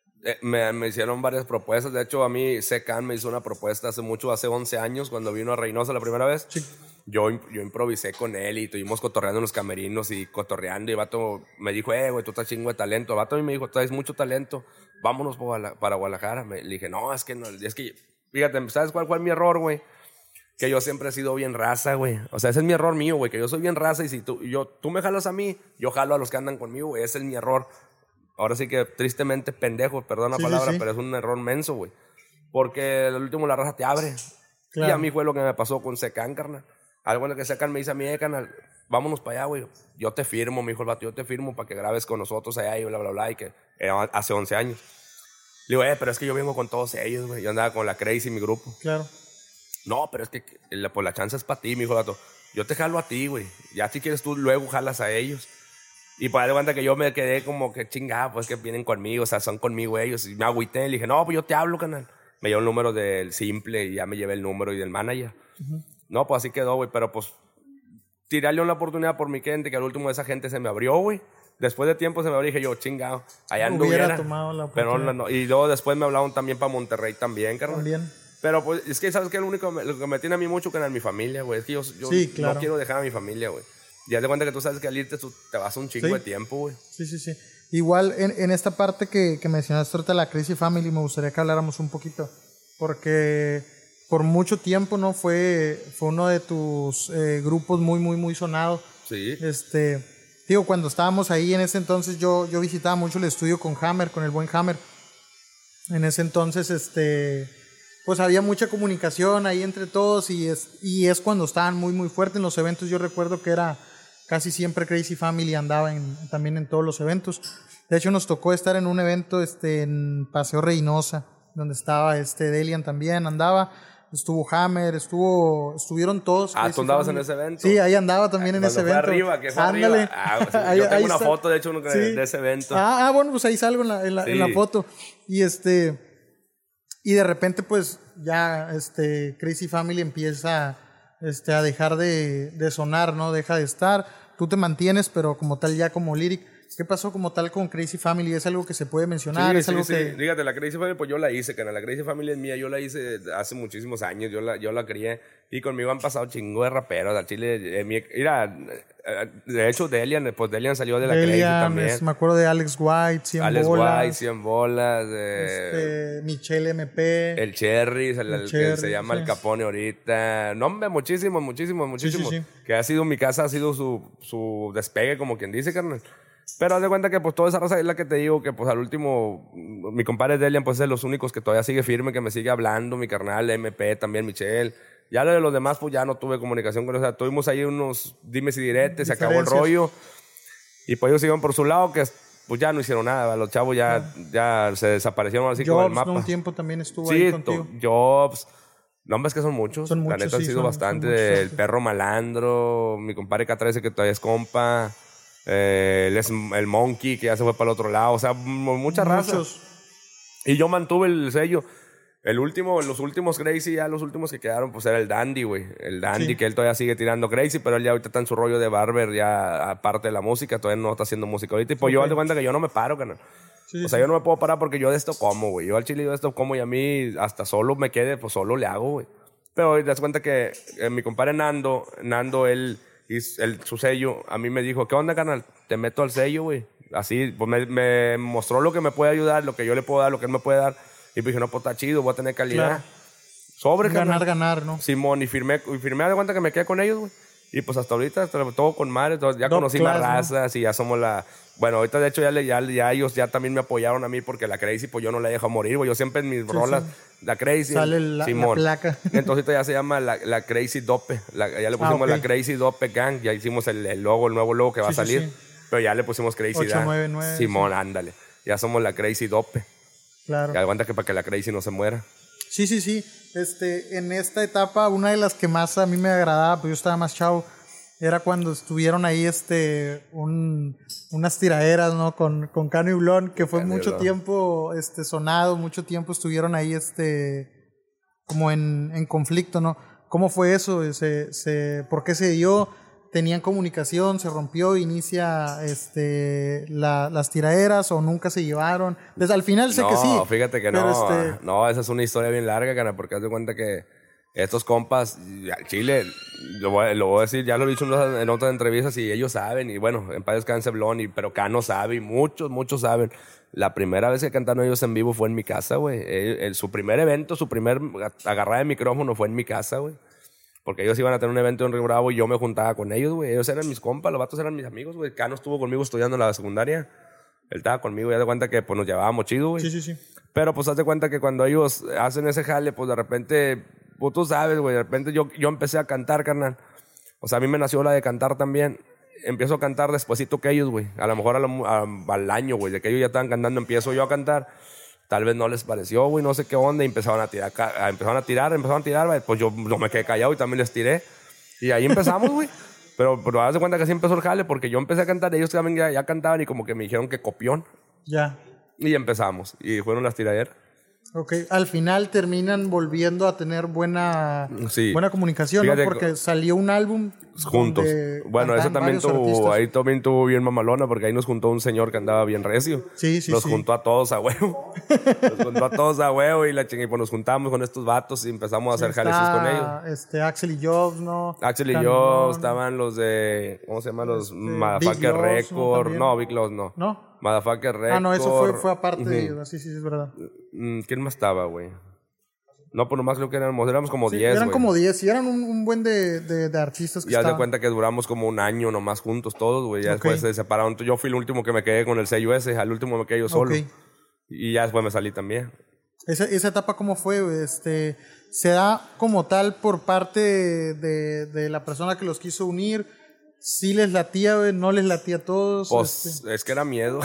me hicieron varias propuestas. De hecho, a mí Secan me hizo una propuesta hace 11 años, cuando vino a Reynosa la primera vez. Sí. Yo improvisé con él y estuvimos cotorreando en los camerinos y cotorreando. Y el vato me dijo, güey, tú estás chingo de talento. El vato a mí me dijo, traes mucho talento, vámonos para Guadalajara. Le dije, no, es que, fíjate, ¿sabes cuál fue mi error, güey? Que yo siempre he sido bien raza, güey. O sea, ese es mi error mío, güey, que yo soy bien raza y si tú me jalas a mí, yo jalo a los que andan conmigo, güey. Ese es mi error. Ahora sí que tristemente pendejo, perdón la palabra, pero es un error menso, güey. Porque al último la raza te abre. Claro. Y a mí fue lo que me pasó con Secan, carnal. Algo en el que Secan me dice a mí, carnal, vámonos para allá, güey. Yo te firmo, me dijo el vato, yo te firmo para que grabes con nosotros allá y bla, bla, bla. Y que hace 11 años. Le digo, pero es que yo vengo con todos ellos, güey. Yo andaba con la Crazy, mi grupo. Claro. No, pero es que pues la chance es para ti, mi hijo vato. Yo te jalo a ti, güey. Ya si quieres tú, luego jalas a ellos. Y para dar cuenta que yo me quedé como que chingada, pues que vienen conmigo, o sea, son conmigo ellos. Y me agüité, le dije, no, pues yo te hablo, canal. Me dio el número del simple y ya me llevé el número y del manager. Uh-huh. No, pues así quedó, güey. Pero pues tirarle una oportunidad por mi gente, que al último esa gente se me abrió, güey. Después de tiempo se me abrió y dije yo, chingado, allá anduviera. Tomado la oportunidad. Pero no. Y luego después me hablaron también para Monterrey también, carnal. También. Pero pues es que, ¿sabes qué? Lo que me tiene a mí mucho que es mi familia, güey. Es que yo sí, claro. No quiero dejar a mi familia, güey. Ya te cuenta que tú sabes que al irte tú te vas un chingo de tiempo, güey. Sí. Igual en esta parte que mencionaste ahorita, la Crazy Family, me gustaría que habláramos un poquito. Porque por mucho tiempo, ¿no? Fue uno de tus grupos muy, muy, muy sonado. Sí. Digo, cuando estábamos ahí en ese entonces, yo visitaba mucho el estudio con Hammer, con el buen Hammer. En ese entonces, pues había mucha comunicación ahí entre todos y es cuando estaban muy, muy fuertes en los eventos. Yo recuerdo que era casi siempre Crazy Family andaba también en todos los eventos. De hecho, nos tocó estar en un evento en Paseo Reynosa, donde estaba Delian también, andaba. Estuvo Hammer, estuvieron todos. Ah, ¿tú andabas en ese evento? Sí, ahí andaba también en ese evento. Que fue arriba. Yo tengo una foto, de hecho, de ese evento. Bueno, pues ahí salgo en la foto. Y y de repente, pues, ya Crazy Family empieza a dejar de sonar, ¿no? Deja de estar. Tú te mantienes, pero como tal ya como Lyric. ¿Qué pasó como tal con Crazy Family? ¿Es algo que se puede mencionar? Sí, ¿Es algo que...? Fíjate, la Crazy Family, pues yo la hice, canal. La Crazy Family es mía, yo la hice hace muchísimos años, yo la crié. Y conmigo han pasado chingo de raperos al Chile. Mira, de hecho, Delian salió de la Crazy también. Me acuerdo de Alex White, 100 bolas. Michelle MP. El Cherry, que se llama El Capone ahorita. No, hombre, muchísimos. Sí. Que ha sido mi casa, ha sido su despegue, como quien dice, carnal. Pero haz de cuenta que pues toda esa raza es la que te digo que pues al último, mi compadre Delian pues es de los únicos que todavía sigue firme, que me sigue hablando, mi carnal, MP también, Michelle. Ya lo de los demás pues ya no tuve comunicación con ellos, o sea, tuvimos ahí unos dimes y diretes, se acabó el rollo. Y pues ellos iban por su lado, que pues ya no hicieron nada, los chavos ya se desaparecieron así como el mapa. Un tiempo también estuvo ahí contigo. Jobs. No, hombre, es que son muchos. Son muchos, la neta han sido bastante. El perro malandro, mi compadre K13 que todavía es compa. El Monkey, que ya se fue para el otro lado. O sea, muchas razas. Y yo mantuve el sello. Los últimos Crazy, ya los últimos que quedaron, pues era el Dandy, güey. El Dandy, que él todavía sigue tirando Crazy, pero él ya ahorita está en su rollo de barber, ya aparte de la música, todavía no está haciendo música ahorita. Y pues yo, haz de cuenta que yo no me paro, canal. O sea, yo no me puedo parar porque yo de esto como, güey. Yo al chile de esto como y a mí hasta solo me quede, pues solo le hago, güey. Pero te das cuenta que mi compadre Nando, su sello, a mí me dijo, ¿qué onda, canal? Te meto al sello, güey. Así, pues me mostró lo que me puede ayudar, lo que yo le puedo dar, lo que él me puede dar. Y pues dije, no, pues está chido, voy a tener calidad. Claro. Sobre, ganar, ¿no? Simón, y firmé de cuenta que me quedé con ellos, güey. Y pues hasta ahorita, todo con madre, ya conocí más razas, ¿no? Y ya somos Bueno, ahorita de hecho ya ellos ya también me apoyaron a mí porque la Crazy, pues yo no la dejo morir, güey. Yo siempre en mis rolas, la Crazy. Sale la placa. Entonces ahorita ya se llama la Crazy Dope. Ya le pusimos la Crazy Dope Gang. Ya hicimos el nuevo logo que va a salir. Sí. Pero ya le pusimos Crazy 899. Simón, ándale. Ya somos la Crazy Dope. Claro. Que aguanta que para que la Crazy no se muera. Sí. En esta etapa, una de las que más a mí me agradaba, pues yo estaba más chavo, era cuando estuvieron ahí unas tiraderas, ¿no? Con Cano y Blon, que fue mucho tiempo sonado, mucho tiempo estuvieron ahí como en conflicto, ¿no? ¿Cómo fue eso? ¿Por qué se dio? ¿Tenían comunicación? ¿Se rompió? ¿Inicia las tiraderas o nunca se llevaron? Desde al final sé que sí. No, fíjate que no. No, esa es una historia bien larga, cana, porque haz de cuenta que estos compas, al Chile, lo voy a decir, ya lo he dicho en otras entrevistas y ellos saben, y bueno, en paz descanse Blon, pero Cano sabe, y muchos saben. La primera vez que cantaron ellos en vivo fue en mi casa, güey. Su primer evento, su primer agarrada de micrófono fue en mi casa, güey. Porque ellos iban a tener un evento en Río Bravo y yo me juntaba con ellos, güey. Ellos eran mis compas, los vatos eran mis amigos, güey. Cano estuvo conmigo estudiando en la secundaria. Él estaba conmigo y haz de cuenta que pues nos llevábamos chido, güey. Sí. Pero pues haz de cuenta que cuando ellos hacen ese jale, pues de repente, pues tú sabes, güey, de repente yo empecé a cantar, carnal. O sea, a mí me nació la de cantar también. Empiezo a cantar despuesito que ellos, güey. A lo mejor al año, güey, de que ellos ya estaban cantando, empiezo yo a cantar. Tal vez no les pareció, güey, no sé qué onda, y empezaron a tirar, güey. Pues yo no me quedé callado y también les tiré. Y ahí empezamos, güey. Pero haz de cuenta que así empezó el jale, porque yo empecé a cantar, ellos también ya cantaban y como que me dijeron que copión. Ya. Y empezamos, y fueron las tiraderas. Ok, al final terminan volviendo a tener buena comunicación, fíjate, ¿no? Porque salió un álbum juntos. Bueno, eso también tuvo bien mamalona, porque ahí nos juntó un señor que andaba bien recio. Sí. Nos juntó a todos a huevo. Y pues nos juntamos con estos vatos y empezamos a hacer jales con ellos. Axel y Jobs, ¿no? Axel y Jobs, estaban los de, ¿cómo se llama? Los Motherfucker Record. No, Big Loss no. ¿No? Motherfucker Record. Ah, no, eso fue aparte de ellos. Sí, es verdad. ¿Quién más estaba, güey? No, pues nomás creo que éramos como 10, eran como 10, y eran un buen de artistas que ya estaban. Ya se cuenta que duramos como un año nomás juntos todos, güey. Ya después se separaron. Yo fui el último que me quedé con el sello ese. Al último me quedé yo solo. Y ya después me salí también. ¿Esa etapa cómo fue? ¿Se da como tal por parte de la persona que los quiso unir? ¿Sí les latía, güey? ¿No les latía a todos? Pues es que era miedo.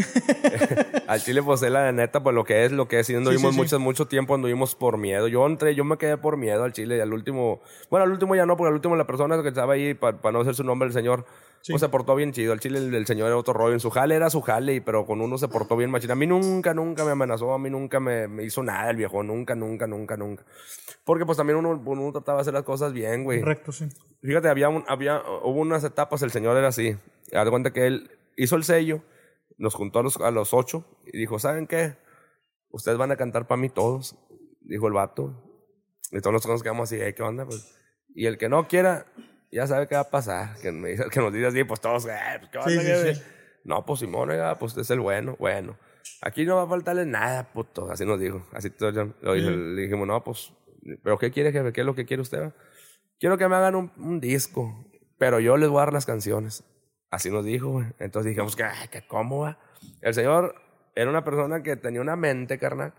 Al chile, pues es la neta, pues lo que es. Y anduvimos mucho tiempo, anduvimos por miedo. Yo me quedé por miedo al chile. Y al último ya no, porque al último la persona que estaba ahí, para no decir su nombre, el señor, pues se portó bien chido. Al chile el señor era otro rollo. En su jale era su jale, pero con uno se portó bien machina. A mí nunca me amenazó, a mí nunca me hizo nada el viejo. Nunca. Porque pues también uno trataba de hacer las cosas bien, güey. Correcto, sí. Fíjate, hubo unas etapas, el señor era así. Haz de cuenta que él hizo el sello, nos juntó a los 8 y dijo, ¿saben qué? Ustedes van a cantar para mí todos, dijo el vato. Y todos nos quedamos así, ¿qué onda? Pues, y el que no quiera, ya sabe qué va a pasar. Que nos dice así, pues todos, pues, ¿qué onda? Sí. No, pues Simón, pues es el bueno. Aquí no va a faltarle nada, puto. Así nos dijo. Así le dijimos, no, pues, ¿pero qué quiere, jefe? ¿Qué es lo que quiere usted? Quiero que me hagan un disco, pero yo les voy a dar las canciones. Así nos dijo, güey. Entonces dijimos que ¿cómo va? El señor era una persona que tenía una mente, carnal.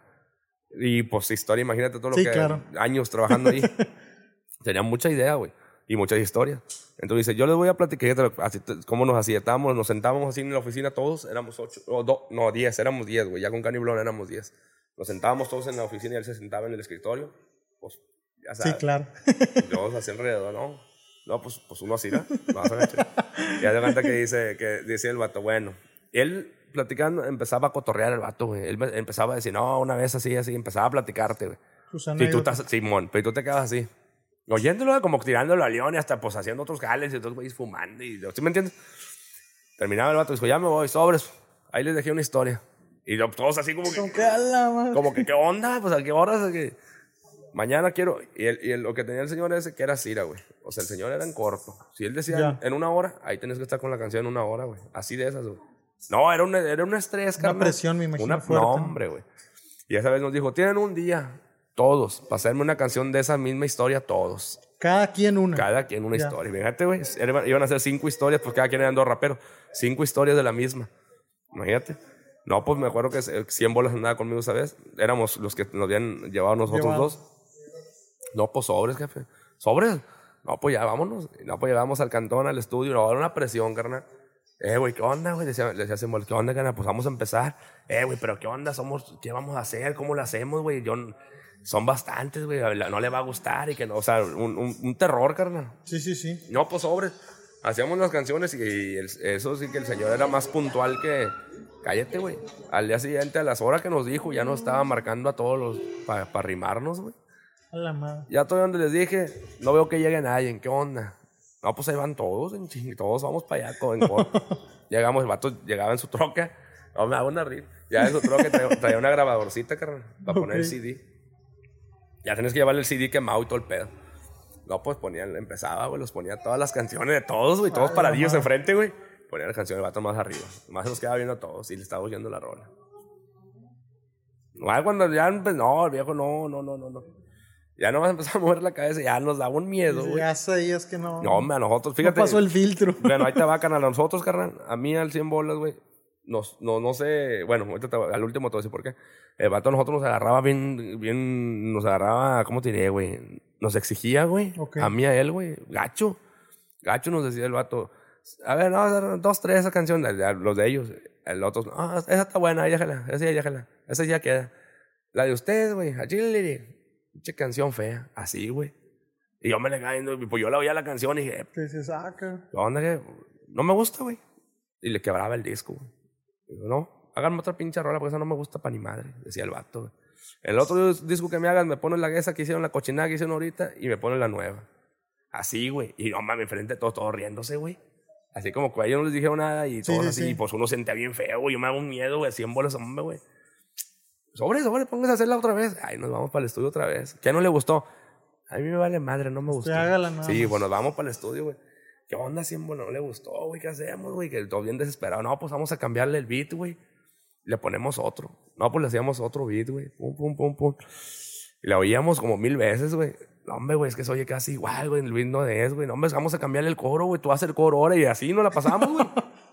Y pues historia, imagínate todo lo Sí, que... claro. Años trabajando ahí. Tenía mucha idea, güey. Y muchas historias. Entonces dice, yo les voy a platicar así, cómo nos acietábamos, nos sentábamos así en la oficina todos, éramos 10, éramos 10, güey, ya con Caniblón éramos 10. Nos sentábamos todos en la oficina y él se sentaba en el escritorio, pues, ya sabes. Sí, claro. Yo así alrededor, no, pues uno así, ¿no? Vas a agachar. Y hace cuenta que decía el vato, bueno, él platicando, empezaba a cotorrear el vato, güey, él empezaba a decir, no, una vez así, empezaba a platicarte, güey. Si tú estás, Simón, pero tú te quedas así. Oyéndolo, como tirándolo a León y hasta pues haciendo otros jales y otros güeyes fumando. ¿Sí me entiendes? Terminaba el vato y dijo, ya me voy, sobres. Ahí les dejé una historia. Y todos así como que, ¿qué onda? Pues a qué horas. Mañana quiero. Y lo que tenía el señor ese, que era Cira, güey. O sea, el señor era en corto. Si él decía en una hora, ahí tenés que estar con la canción en una hora, güey. Así de esas, güey. No, era un estrés, carnal. Una presión, me imagino, fuerte. No, hombre, güey. Y esa vez nos dijo, tienen un día. Todos, para hacerme una canción de esa misma historia, todos. Cada quien una historia. Fíjate, güey, iban a ser 5 historias, pues cada quien eran 2 raperos. 5 historias de la misma. Imagínate. No, pues me acuerdo que 100 bolas andaba conmigo esa vez. Éramos los que nos habían llevado nosotros dos. No, pues sobres, jefe. ¿Sobres? No, pues ya vámonos. No, pues llevamos al cantón, al estudio. No, era una presión, carnal. Güey, ¿qué onda, güey? Le decía Simón, ¿qué onda, carnal? Pues vamos a empezar. Güey, pero ¿qué onda? ¿Qué vamos a hacer? ¿Cómo lo hacemos, güey? Son bastantes, güey, no le va a gustar y que no, o sea, un terror, carnal. Sí. No, pues sobre, hacíamos las canciones y eso sí que el señor era más puntual que, cállate, güey. Al día siguiente, a las horas que nos dijo, ya nos estaba marcando a todos los, para rimarnos, güey. A la madre. Ya todo donde les dije, no veo que llegue nadie, ¿qué onda? No, pues ahí van todos, todos vamos para allá, en corto. Llegamos, el vato llegaba en su troca, no, me hago una risa. Ya en su troca traía una grabadorcita, carnal, para poner el CD. Ya tenés que llevarle el CD quemado y todo el pedo. No, pues empezaba, güey, los ponía todas las canciones de todos, güey, todos paradillos enfrente, güey. Ponía las canciones del vato más arriba. Más se nos quedaba viendo a todos y le estaba oyendo la rola. Cuando ya no, el viejo, no. Ya nomás empezó a mover la cabeza, ya nos daba un miedo, güey. Ya sabías que no. No, hombre, a nosotros, fíjate. No pasó el filtro. Bueno, ahí te va, carnal, a nosotros, carnal, a mí al 100 bolas, güey. No sé, bueno, ahorita al último te voy a decir por qué. El vato a nosotros nos agarraba bien, nos agarraba, ¿cómo te diré, güey? Nos exigía, güey. Okay. A mí, a él, güey. Gacho nos decía el vato. A ver, no, 2, 3, esa canción, los de ellos. El otro, no, esa está buena, déjala. Esa ya queda. La de ustedes, güey, a Chile, pinche canción fea. Así, güey. Y yo me le cayendo, pues yo la oía la canción y dije, ¿qué se saca? ¿qué onda que? No me gusta, güey. Y le quebraba el disco, güey. Digo, no, háganme otra pinche rola porque esa no me gusta pa' ni madre, decía el vato, güey. El otro disco que me hagan, me ponen esa que hicieron, la cochinada que hicieron ahorita y me ponen la nueva. Así, güey. Y no mames, enfrente de todos riéndose, güey. Así como que a ellos no les dijeron nada y todos así. Sí. Y pues uno se sentía bien feo, güey. Yo me hago un miedo, güey. 100 bolas, hombre, güey. Sobre, póngase a hacerla otra vez. Ay, nos vamos para el estudio otra vez. ¿Qué no le gustó? A mí me vale madre, no me gustó. Hágala nada sí, más. Bueno, vamos para el estudio, güey. ¿Qué onda, 100 bolas? No le gustó, güey. ¿Qué hacemos, güey? Que todo bien desesperado. No, pues vamos a cambiarle el beat, güey. Le ponemos otro. No, pues le hacíamos otro beat, güey. Pum. Y la oíamos como 1000 veces, güey. No, hombre, güey, es que se oye casi igual, güey. El beat no es, güey. No, hombre, vamos a cambiarle el coro, güey. Tú haces el coro ahora y así nos la pasamos, güey.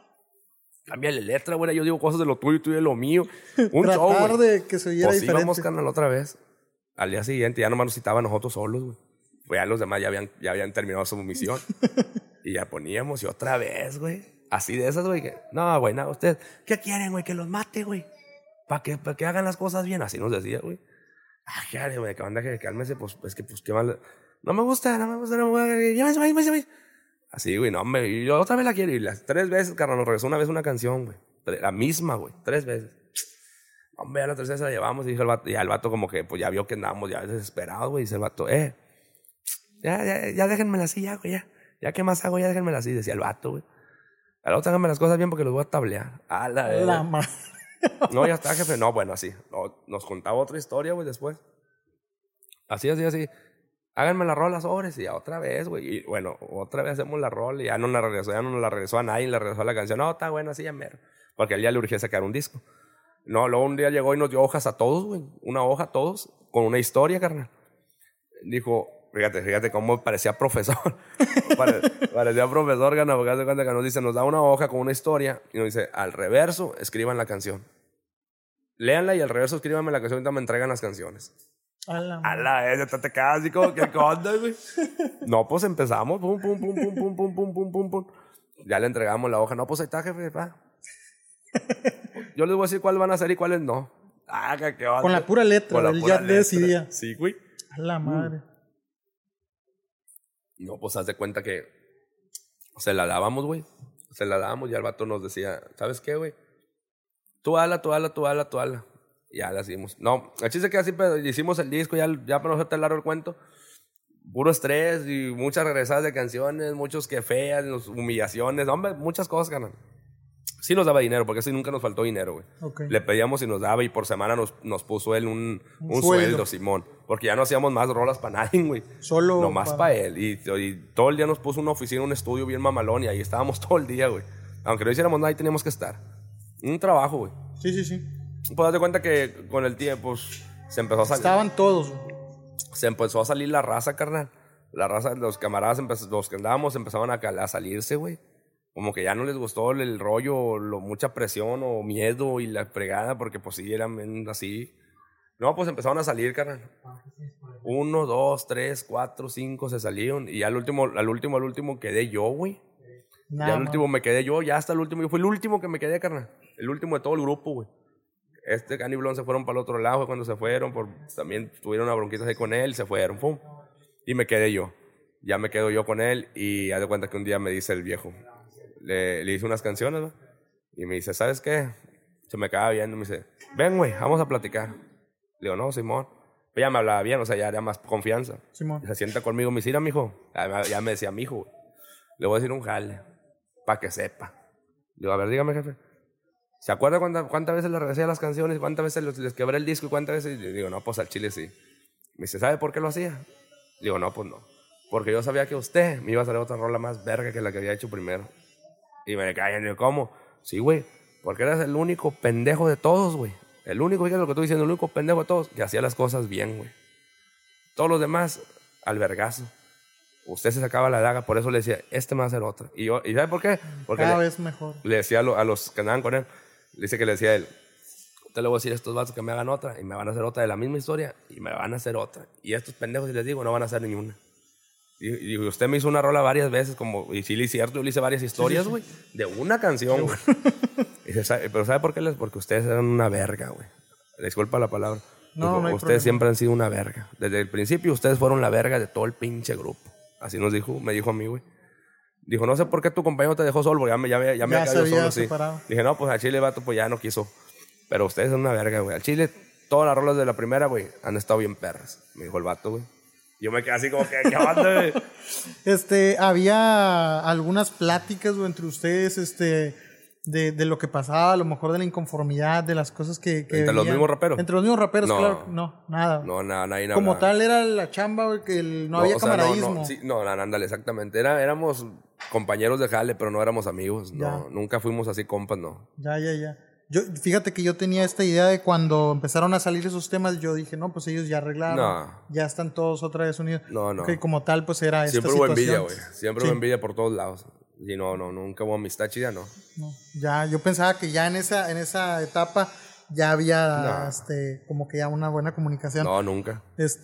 Cámbiale letra, güey. Yo digo cosas de lo tuyo y tú de lo mío. Un show, güey. De que se oyera pues diferente. íbamos, carnal, otra vez. Al día siguiente ya nomás nos citaba a nosotros solos, güey. Pues ya los demás ya habían terminado su misión. Y ya poníamos y otra vez, güey. Así de esas, güey. No, güey, nada, ustedes. ¿Qué quieren, güey? Que los mate, güey. Para que hagan las cosas bien. Así nos decía, güey. ¿Qué haré, güey? ¿Qué onda? Que cálmese, pues, es que, pues, qué mal. No me gusta. Llévense. Así, güey, no, hombre. Y yo otra vez la quiero. Y las 3 veces, carnal, nos regresó una vez una canción, güey. La misma, güey. 3 veces. Hombre, a la tercera se la llevamos. Y dijo el vato, ya el vato como que, pues, ya vio que andábamos ya desesperados, güey. Y dice el vato, ya déjenmela así, ya, güey, ya. Ya, ¿qué más hago? Ya déjenmela así, decía el vato, güey. A la otra háganme las cosas bien porque los voy a tablear. La madre. No, ya está, jefe. No, bueno, así. Nos contaba otra historia, güey, después. Así. Háganme la rola sobres y ya otra vez, güey. Y bueno, otra vez hacemos la rola y ya no nos la regresó a nadie, le regresó a la canción. No, está bueno, así ya mero. Porque a él ya le urgía sacar un disco. No, luego un día llegó y nos dio hojas a todos, güey. Una hoja a todos con una historia, carnal. Dijo, Fíjate cómo parecía profesor. Parecía profesor, gana, porque hace cuenta que nos dice, nos da una hoja con una historia y nos dice, al reverso, escriban la canción. Léanla y al reverso escríbanme la canción y ahorita me entregan las canciones. A la te quedas así como, ¿qué onda, güey? No, pues empezamos, pum, pum, pum, pum, pum, pum, pum, pum, pum, pum. Ya le entregamos la hoja. No, pues ahí está, jefe, pa. Yo les voy a decir cuáles van a hacer y cuáles no. ¿Qué onda? Con la pura letra, él ya decidía. Sí, güey. A la madre. No, pues haz de cuenta que se la dábamos, güey. Se la dábamos y el vato nos decía, ¿sabes qué, güey? Tú ala. Ya la hicimos. No, el chiste que así hicimos el disco, ya para no hacerte largo el cuento. Puro estrés y muchas regresadas de canciones, muchos que feas, humillaciones, hombre, muchas cosas, carnal. Sí nos daba dinero, porque sí nunca nos faltó dinero, güey. Okay. Le pedíamos y nos daba y por semana nos puso él un sueldo, Simón. Porque ya no hacíamos más rolas para nadie, güey. Solo nomás para él. Y todo el día nos puso una oficina, un estudio bien mamalón y ahí estábamos todo el día, güey. Aunque no hiciéramos nada, ahí teníamos que estar. Un trabajo, güey. Sí. Pues date cuenta que con el tiempo pues, se empezó a salir. Estaban todos. Se empezó a salir la raza, carnal. La raza, los camaradas, los que andábamos empezaban a salirse, güey. Como que ya no les gustó el rollo, mucha presión o miedo y la fregada, porque pues sí, eran así. No, pues empezaron a salir, carnal. 1, 2, 3, 4, 5 se salieron. Y ya al último quedé yo, güey. Ya al último me quedé yo, ya hasta el último. Yo fui el último que me quedé, carnal. El último de todo el grupo, güey. Cani Blon se fueron para el otro lado cuando se fueron. También tuvieron una bronquita ahí con él, se fueron, pum. Y me quedé yo. Ya me quedo yo con él y haz de cuenta que un día me dice el viejo. Le hice unas canciones, ¿no? Y me dice, ¿sabes qué? Se me acaba viendo, me dice, ven, güey, vamos a platicar. Le digo, no, Simón. Pero ya me hablaba bien, o sea, ya era más confianza. Simón. Y se sienta conmigo, me dice, mira, mijo. Ya me decía, mijo, güey. Le voy a decir un jale, para que sepa. Le digo, a ver, dígame, jefe. ¿Se acuerda cuántas veces le regresé a las canciones? ¿Cuántas veces les quebré el disco? ¿Y cuántas veces? Y le digo, no, pues al chile sí. Me dice, ¿sabe por qué lo hacía? Le digo, no, pues no. Porque yo sabía que usted me iba a hacer otra rola más verga que la que había hecho primero. Y me callan, digo, ¿cómo? Sí, güey, porque eras el único pendejo de todos, güey. El único, fíjate lo que estoy diciendo, el único pendejo de todos que hacía las cosas bien, güey. Todos los demás, al vergazo. Usted se sacaba la daga, por eso le decía, me va a hacer otra. ¿Y sabe por qué? Porque cada vez mejor. Le decía a los que andaban con él, le decía a él, te le voy a decir a estos vatos que me hagan otra, y me van a hacer otra de la misma historia, y me van a hacer otra. Y estos pendejos, si les digo, no van a hacer ni una. Y usted me hizo una rola varias veces, y sí, es cierto, yo le hice varias historias, güey, de una canción, güey. Pero ¿sabe por qué? Porque ustedes eran una verga, güey. Disculpa la palabra. No, no hay ustedes problema. siempre han sido una verga. Desde el principio ustedes fueron la verga de todo el pinche grupo. Así me dijo a mí, güey. Dijo, no sé por qué tu compañero te dejó solo, porque ya me cayó solo, sí. Dije, no, pues al chile, vato, pues ya no quiso. Pero ustedes son una verga, güey. Al chile, todas las rolas de la primera, güey, han estado bien perras. Me dijo el vato, güey. Yo me quedé así como que, ¿qué onda, güey? Había algunas pláticas, güey, entre ustedes, de lo que pasaba, a lo mejor de la inconformidad, de las cosas que ¿Entre los mismos raperos? Entre los mismos raperos, no, claro. No, nada. No, nada. Como tal era la chamba, güey, que no había camaradismo. No, ándale, exactamente. Éramos compañeros de jale, pero no éramos amigos. No, nunca fuimos así compas, no. Ya. Fíjate que yo tenía esta idea de cuando empezaron a salir esos temas, yo dije, no, pues ellos ya arreglaron, ya están todos otra vez unidos. No. Que como tal, pues era esta situación. Siempre hubo envidia, güey. Siempre hubo envidia por todos lados. Y nunca hubo amistad chida, no. Ya, yo pensaba que ya en esa etapa ya había como que ya una buena comunicación. No, nunca.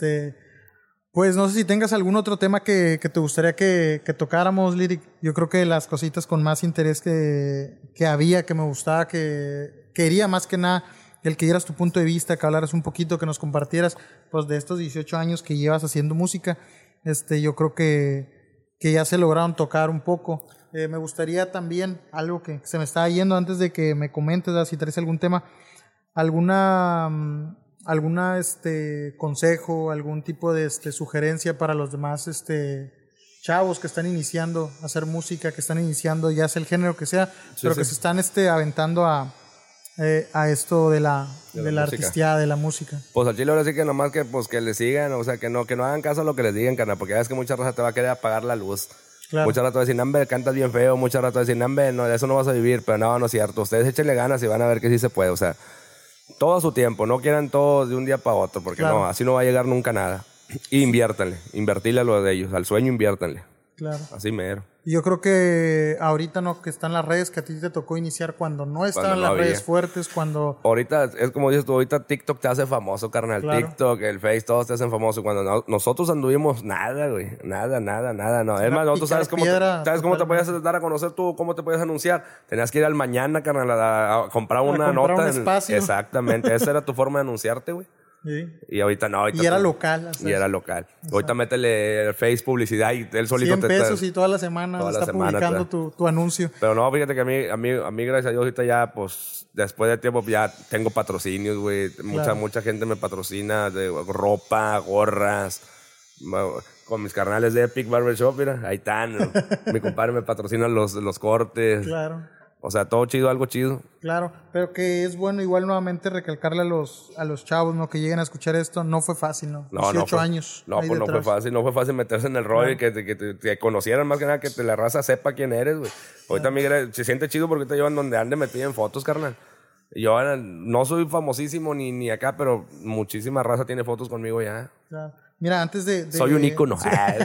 Pues no sé si tengas algún otro tema que te gustaría que tocáramos, Lyric. Yo creo que las cositas con más interés que había, que me gustaba, que quería más que nada, el que dieras tu punto de vista, que hablaras un poquito, que nos compartieras pues de estos 18 años que llevas haciendo música. Yo creo que ya se lograron tocar un poco. Me gustaría también, algo que se me estaba yendo antes de que me comentes, ¿verdad? Si traes algún tema, alguna consejo, algún tipo de sugerencia para los demás chavos que están iniciando a hacer música, que están iniciando ya sea el género que sea, pero que se están aventando a esto de la artisteada, de la música. Pues al chile ahora sí que nomás que le sigan, o sea, que no hagan caso a lo que les digan, carnal, porque ya ves que mucha raza te va a querer apagar la luz. Claro. Mucha raza te va a decir, nambe, cantas bien feo, mucha raza te va a decir, nambe, no, de eso no vas a vivir, pero no es cierto. Ustedes échenle ganas y van a ver que sí se puede, o sea, todo a su tiempo, no quieran todo de un día para otro, porque así no va a llegar nunca nada. Y invertirle a lo de ellos, al sueño inviértanle. Claro. Así mero. Y yo creo que ahorita no, que están las redes, que a ti te tocó iniciar cuando no estaban las redes fuertes, cuando... Ahorita, es como dices tú, ahorita TikTok te hace famoso, carnal. Claro. TikTok, el Face, todos te hacen famoso. Cuando nosotros anduvimos, nada, güey. Nada, no. Es más, nosotros sabes cómo te podías dar a conocer tú, cómo te podías anunciar. Tenías que ir al mañana, carnal, a comprar una nota. Un espacio. Exactamente. Esa era tu forma de anunciarte, güey. Sí. Y ahorita no. Y era local. Y era local. Ahorita métele Face publicidad y él solito 100 pesos y toda la semana está publicando tu anuncio. Pero no, fíjate que a mí gracias a Dios, ahorita ya, pues, después de tiempo, ya tengo patrocinios, güey. Mucha gente me patrocina de ropa, gorras. Con mis carnales de Epic Barbershop, mira, ahí están. ¿No? Mi compadre me patrocina los cortes. Claro. O sea, todo chido, algo chido. Claro, pero que es bueno igual nuevamente recalcarle a los chavos, ¿no? Que lleguen a escuchar esto. No fue fácil, ¿no? 18 años. No, pues no fue fácil. No fue fácil meterse en el rollo y que te conocieran más que nada, que la raza sepa quién eres, güey. Ahorita mira, se siente chido porque te llevan donde ande metido en fotos, carnal. Yo no soy famosísimo ni acá, pero muchísima raza tiene fotos conmigo ya. Claro. Mira, antes de soy un ícono.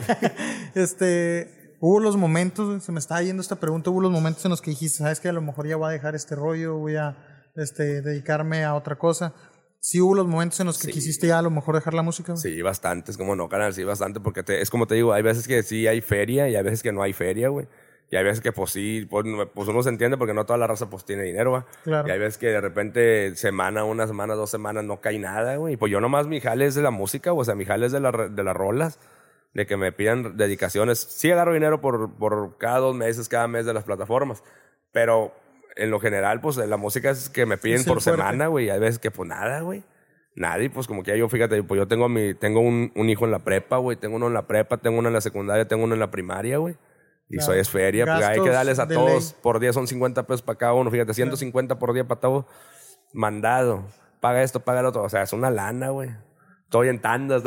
Sí. Hubo los momentos, se me estaba yendo esta pregunta, hubo los momentos en los que dijiste, sabes que a lo mejor ya voy a dejar este rollo, voy a dedicarme a otra cosa. ¿Sí hubo los momentos en los que quisiste ya a lo mejor dejar la música? Sí, bastantes, como no, canal, sí, bastante, porque es como te digo, hay veces que sí hay feria y hay veces que no hay feria, güey. Y hay veces que pues sí, pues uno se entiende porque no toda la raza pues tiene dinero, ¿va? Claro. Y hay veces que de repente una semana, 2 semanas no cae nada, güey. Y pues yo nomás mi jale es de la música, o sea, mi jale es de las rolas. De que me pidan dedicaciones. Sí agarro dinero por cada 2 meses, cada mes de las plataformas. Pero en lo general, pues la música es que me piden por semana, güey. Hay veces que pues nada, güey. Nada. Y pues como que yo, fíjate, pues yo tengo un hijo en la prepa, güey. Tengo uno en la prepa, tengo uno en la secundaria, tengo uno en la primaria, güey. Y claro, es feria. Pues hay que darles a todos. Por día son 50 pesos para cada uno. Fíjate, 150 por día para todo. Mandado. Paga esto, paga el otro. O sea, es una lana, güey. Estoy en tandas,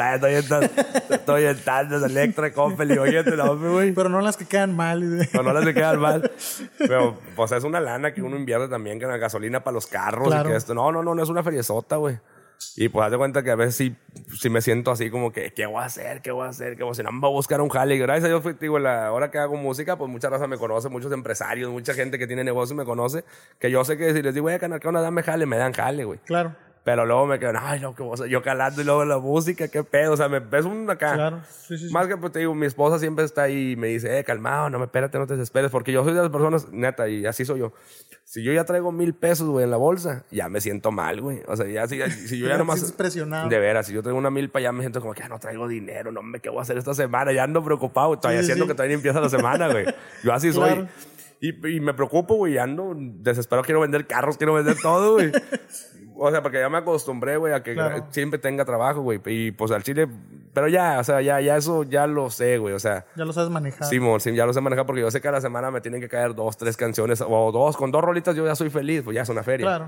Electra, Coppel, óyete, güey. Pero no las que quedan mal. No las que quedan mal. Pero, pues, es una lana que uno invierte también, que en la gasolina para los carros. Claro. Y que esto. No es una feriezota, güey. Y pues, haz de cuenta que a veces sí me siento así como que, ¿qué voy a hacer? No, me voy a buscar un jale. Y gracias a Dios, digo, la hora que hago música, pues mucha raza me conoce, muchos empresarios, mucha gente que tiene negocio me conoce, que yo sé que si les digo, canal, ¿qué onda? Dame jale, me dan jale, güey. Claro. Pero luego me quedo, ay, no, que yo calando y luego la música, qué pedo. O sea, me ves un acá. Claro. Sí. Más que, pues te digo, mi esposa siempre está ahí y me dice, calmado, no, espérate, no te desesperes. Porque yo soy de las personas, neta, y así soy yo. Si yo ya traigo 1,000 pesos, güey, en la bolsa, ya me siento mal, güey. O sea, ya si yo ya nomás... presionado. De veras, si yo traigo una milpa, ya me siento como que ya no traigo dinero, no, ¿qué voy a hacer esta semana? Ya ando preocupado. Todavía siento que todavía ni empieza la semana, güey. Yo así soy. Y me preocupo, güey, ando desesperado, quiero vender carros, quiero vender todo, güey. O sea, porque ya me acostumbré, güey, a que siempre tenga trabajo, güey. Y pues al chile... Pero ya, o sea, ya eso ya lo sé, güey, o sea... Ya lo sabes manejar. Sí, ya lo sé manejar porque yo sé que a la semana me tienen que caer 2, 3 canciones o con 2 rolitas yo ya soy feliz, pues ya es una feria. Claro.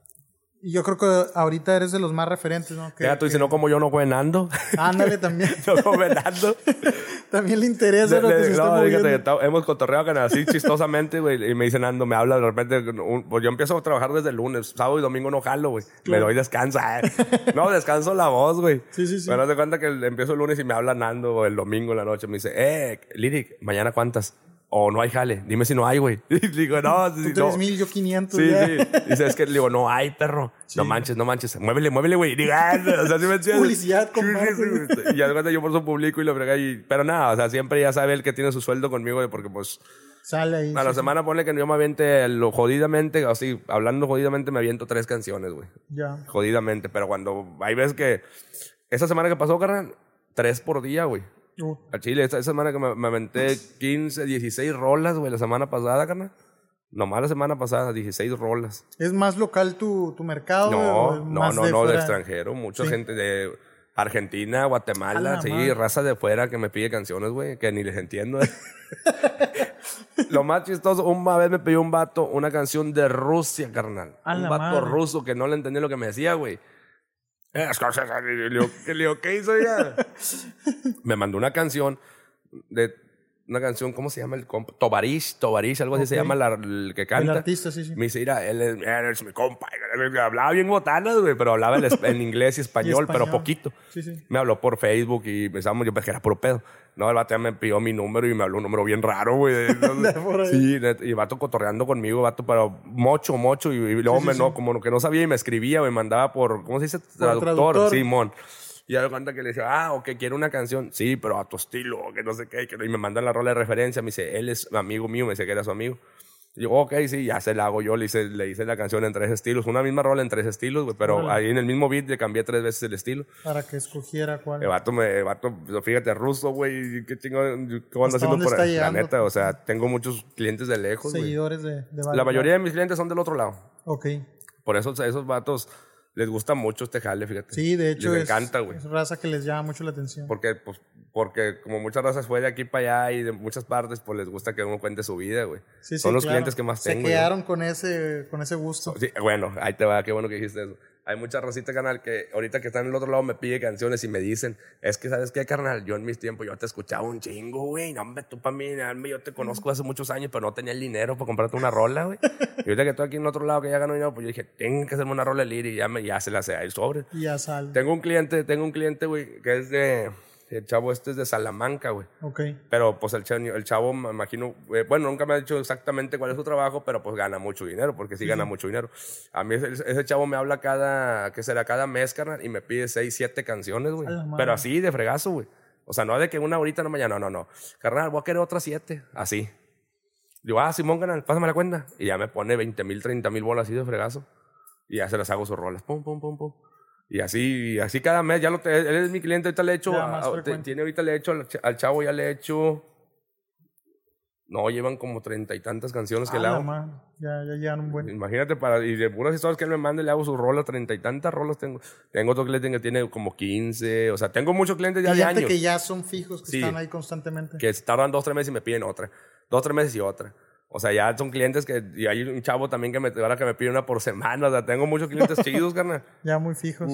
Y yo creo que ahorita eres de los más referentes, ¿no? Ya tú dices, no como yo, no Nando. Ándale también. No como Nando. También le interesa lo que se está moviendo. Fíjate, hemos cotorreado así chistosamente, güey. Y me dice Nando, me habla de repente. Pues yo empiezo a trabajar desde el lunes. Sábado y domingo no jalo, güey. Claro. Me doy descansa. No, descanso la voz, güey. Sí. Pero haz de cuenta que empiezo el lunes y me habla Nando el domingo en la noche. Me dice, Lyric, ¿mañana cuántas? O no hay jale. Dime si no hay, güey. Y digo, no. Tú 3,000, yo 500. Sí. Dice, es que le digo, no hay, perro. Sí. No manches. Muévele, güey. Digo, o sea, ¿sí me entiendes? Publicidad, compadre. Y ya yo por su público y lo fregué. Pero nada, o sea, siempre ya sabe él que tiene su sueldo conmigo, güey, porque pues... Sale ahí. A la semana ponle que yo me aviente lo jodidamente, así, hablando jodidamente, me aviento 3 canciones, güey. Ya. Jodidamente. Pero cuando hay veces que... Esa semana que pasó, carnal, 3 por día, güey. A Chile, esta semana que me aventé 15, 16 rolas, güey, la semana pasada, carnal. Nomás la semana pasada, 16 rolas. ¿Es más local tu mercado? No, de extranjero. Mucha gente de Argentina, Guatemala, raza de fuera que me pide canciones, güey, que ni les entiendo. Lo más chistoso, una vez me pidió un vato una canción de Rusia, carnal. Un vato ruso que no le entendía lo que me decía, güey. Le digo, ¿qué hizo ya? Me mandó una canción de una canción, ¿cómo se llama el compa? Tovarish, algo así se llama el que canta. El artista, sí. Me dice, mira, él es mi compa. Hablaba bien botanas, güey, pero hablaba en inglés y español, pero poquito. Sí. Me habló por Facebook y pensamos, yo pensé que era puro pedo. No, el vato ya me pidió mi número y me habló un número bien raro, güey. Sí, y el vato cotorreando conmigo, vato, pero mocho. Y luego no, como que no sabía y me escribía, me mandaba por, ¿cómo se dice? Traductor. Simón. Y ya me cuenta que le decía, ok, quiero una canción. Sí, pero a tu estilo, que no sé qué. Y me mandan la rola de referencia. Me dice, él es amigo mío. Me dice que era su amigo. Y yo, ok, sí, ya se la hago yo. Le hice la canción en 3 estilos. Una misma rola en 3 estilos, güey. Pero ahí en el mismo beat le cambié 3 veces el estilo. Para que escogiera cuál. El vato, fíjate, ruso, güey. ¿Qué chingón? ¿Cómo ando haciendo por ahí? La neta, o sea, tengo muchos clientes de lejos, güey. Seguidores de la mayoría de mis clientes son del otro lado. Ok. Por eso esos vatos les gusta mucho este jale, fíjate. Sí, de hecho les encanta, güey. Es raza que les llama mucho la atención. Porque como muchas razas fue de aquí para allá y de muchas partes, pues les gusta que uno cuente su vida, güey. Sí, son los clientes que más tengo. Se quedaron con ese gusto. Sí, bueno, ahí te va, qué bueno que dijiste eso. Hay mucha racita, carnal, que ahorita que están en el otro lado me pide canciones y me dicen, es que, ¿sabes qué, carnal? Yo en mis tiempos, yo te escuchaba un chingo, güey. No, hombre, tú para mí, yo te conozco hace muchos años, pero no tenía el dinero para comprarte una rola, güey. Y ahorita que estoy aquí en el otro lado que ya gano dinero, pues yo dije, tengo que hacerme una rola de Liri y ya se la hace ahí sobre. Y ya sale. Tengo un cliente, güey, que es el chavo es de Salamanca, güey. Ok. Pero pues el chavo, me imagino, bueno, nunca me ha dicho exactamente cuál es su trabajo, pero pues gana mucho dinero, porque sí gana mucho dinero. A mí ese chavo me habla cada mes, carnal, y me pide 6, 7 canciones, güey. Pero así, de fregazo, güey. O sea, no de que una ahorita, no mañana, no. Carnal, voy a querer otras 7, así. Digo, Simón, carnal, pásame la cuenta. Y ya me pone 20,000, 30,000 bolas así de fregazo. Y ya se las hago sus rolas. Pum. Y así cada mes, él es mi cliente, ahorita le he hecho, al chavo ya le he hecho, no, llevan como 30 y tantas canciones que le hago. Ya llevan un buen. Imagínate, y de puras historias que él me manda, le hago sus rolas, 30 y tantas rolas tengo. Tengo otro cliente que tiene como 15, o sea, tengo muchos clientes ya de años. Que ya son fijos, que están ahí constantemente. Que tardan 2, 3 meses y me piden otra, 2, 3 meses y otra. O sea, ya son clientes y hay un chavo también ahora que me pide una por semana. O sea, tengo muchos clientes chidos, carnal. Ya muy fijos.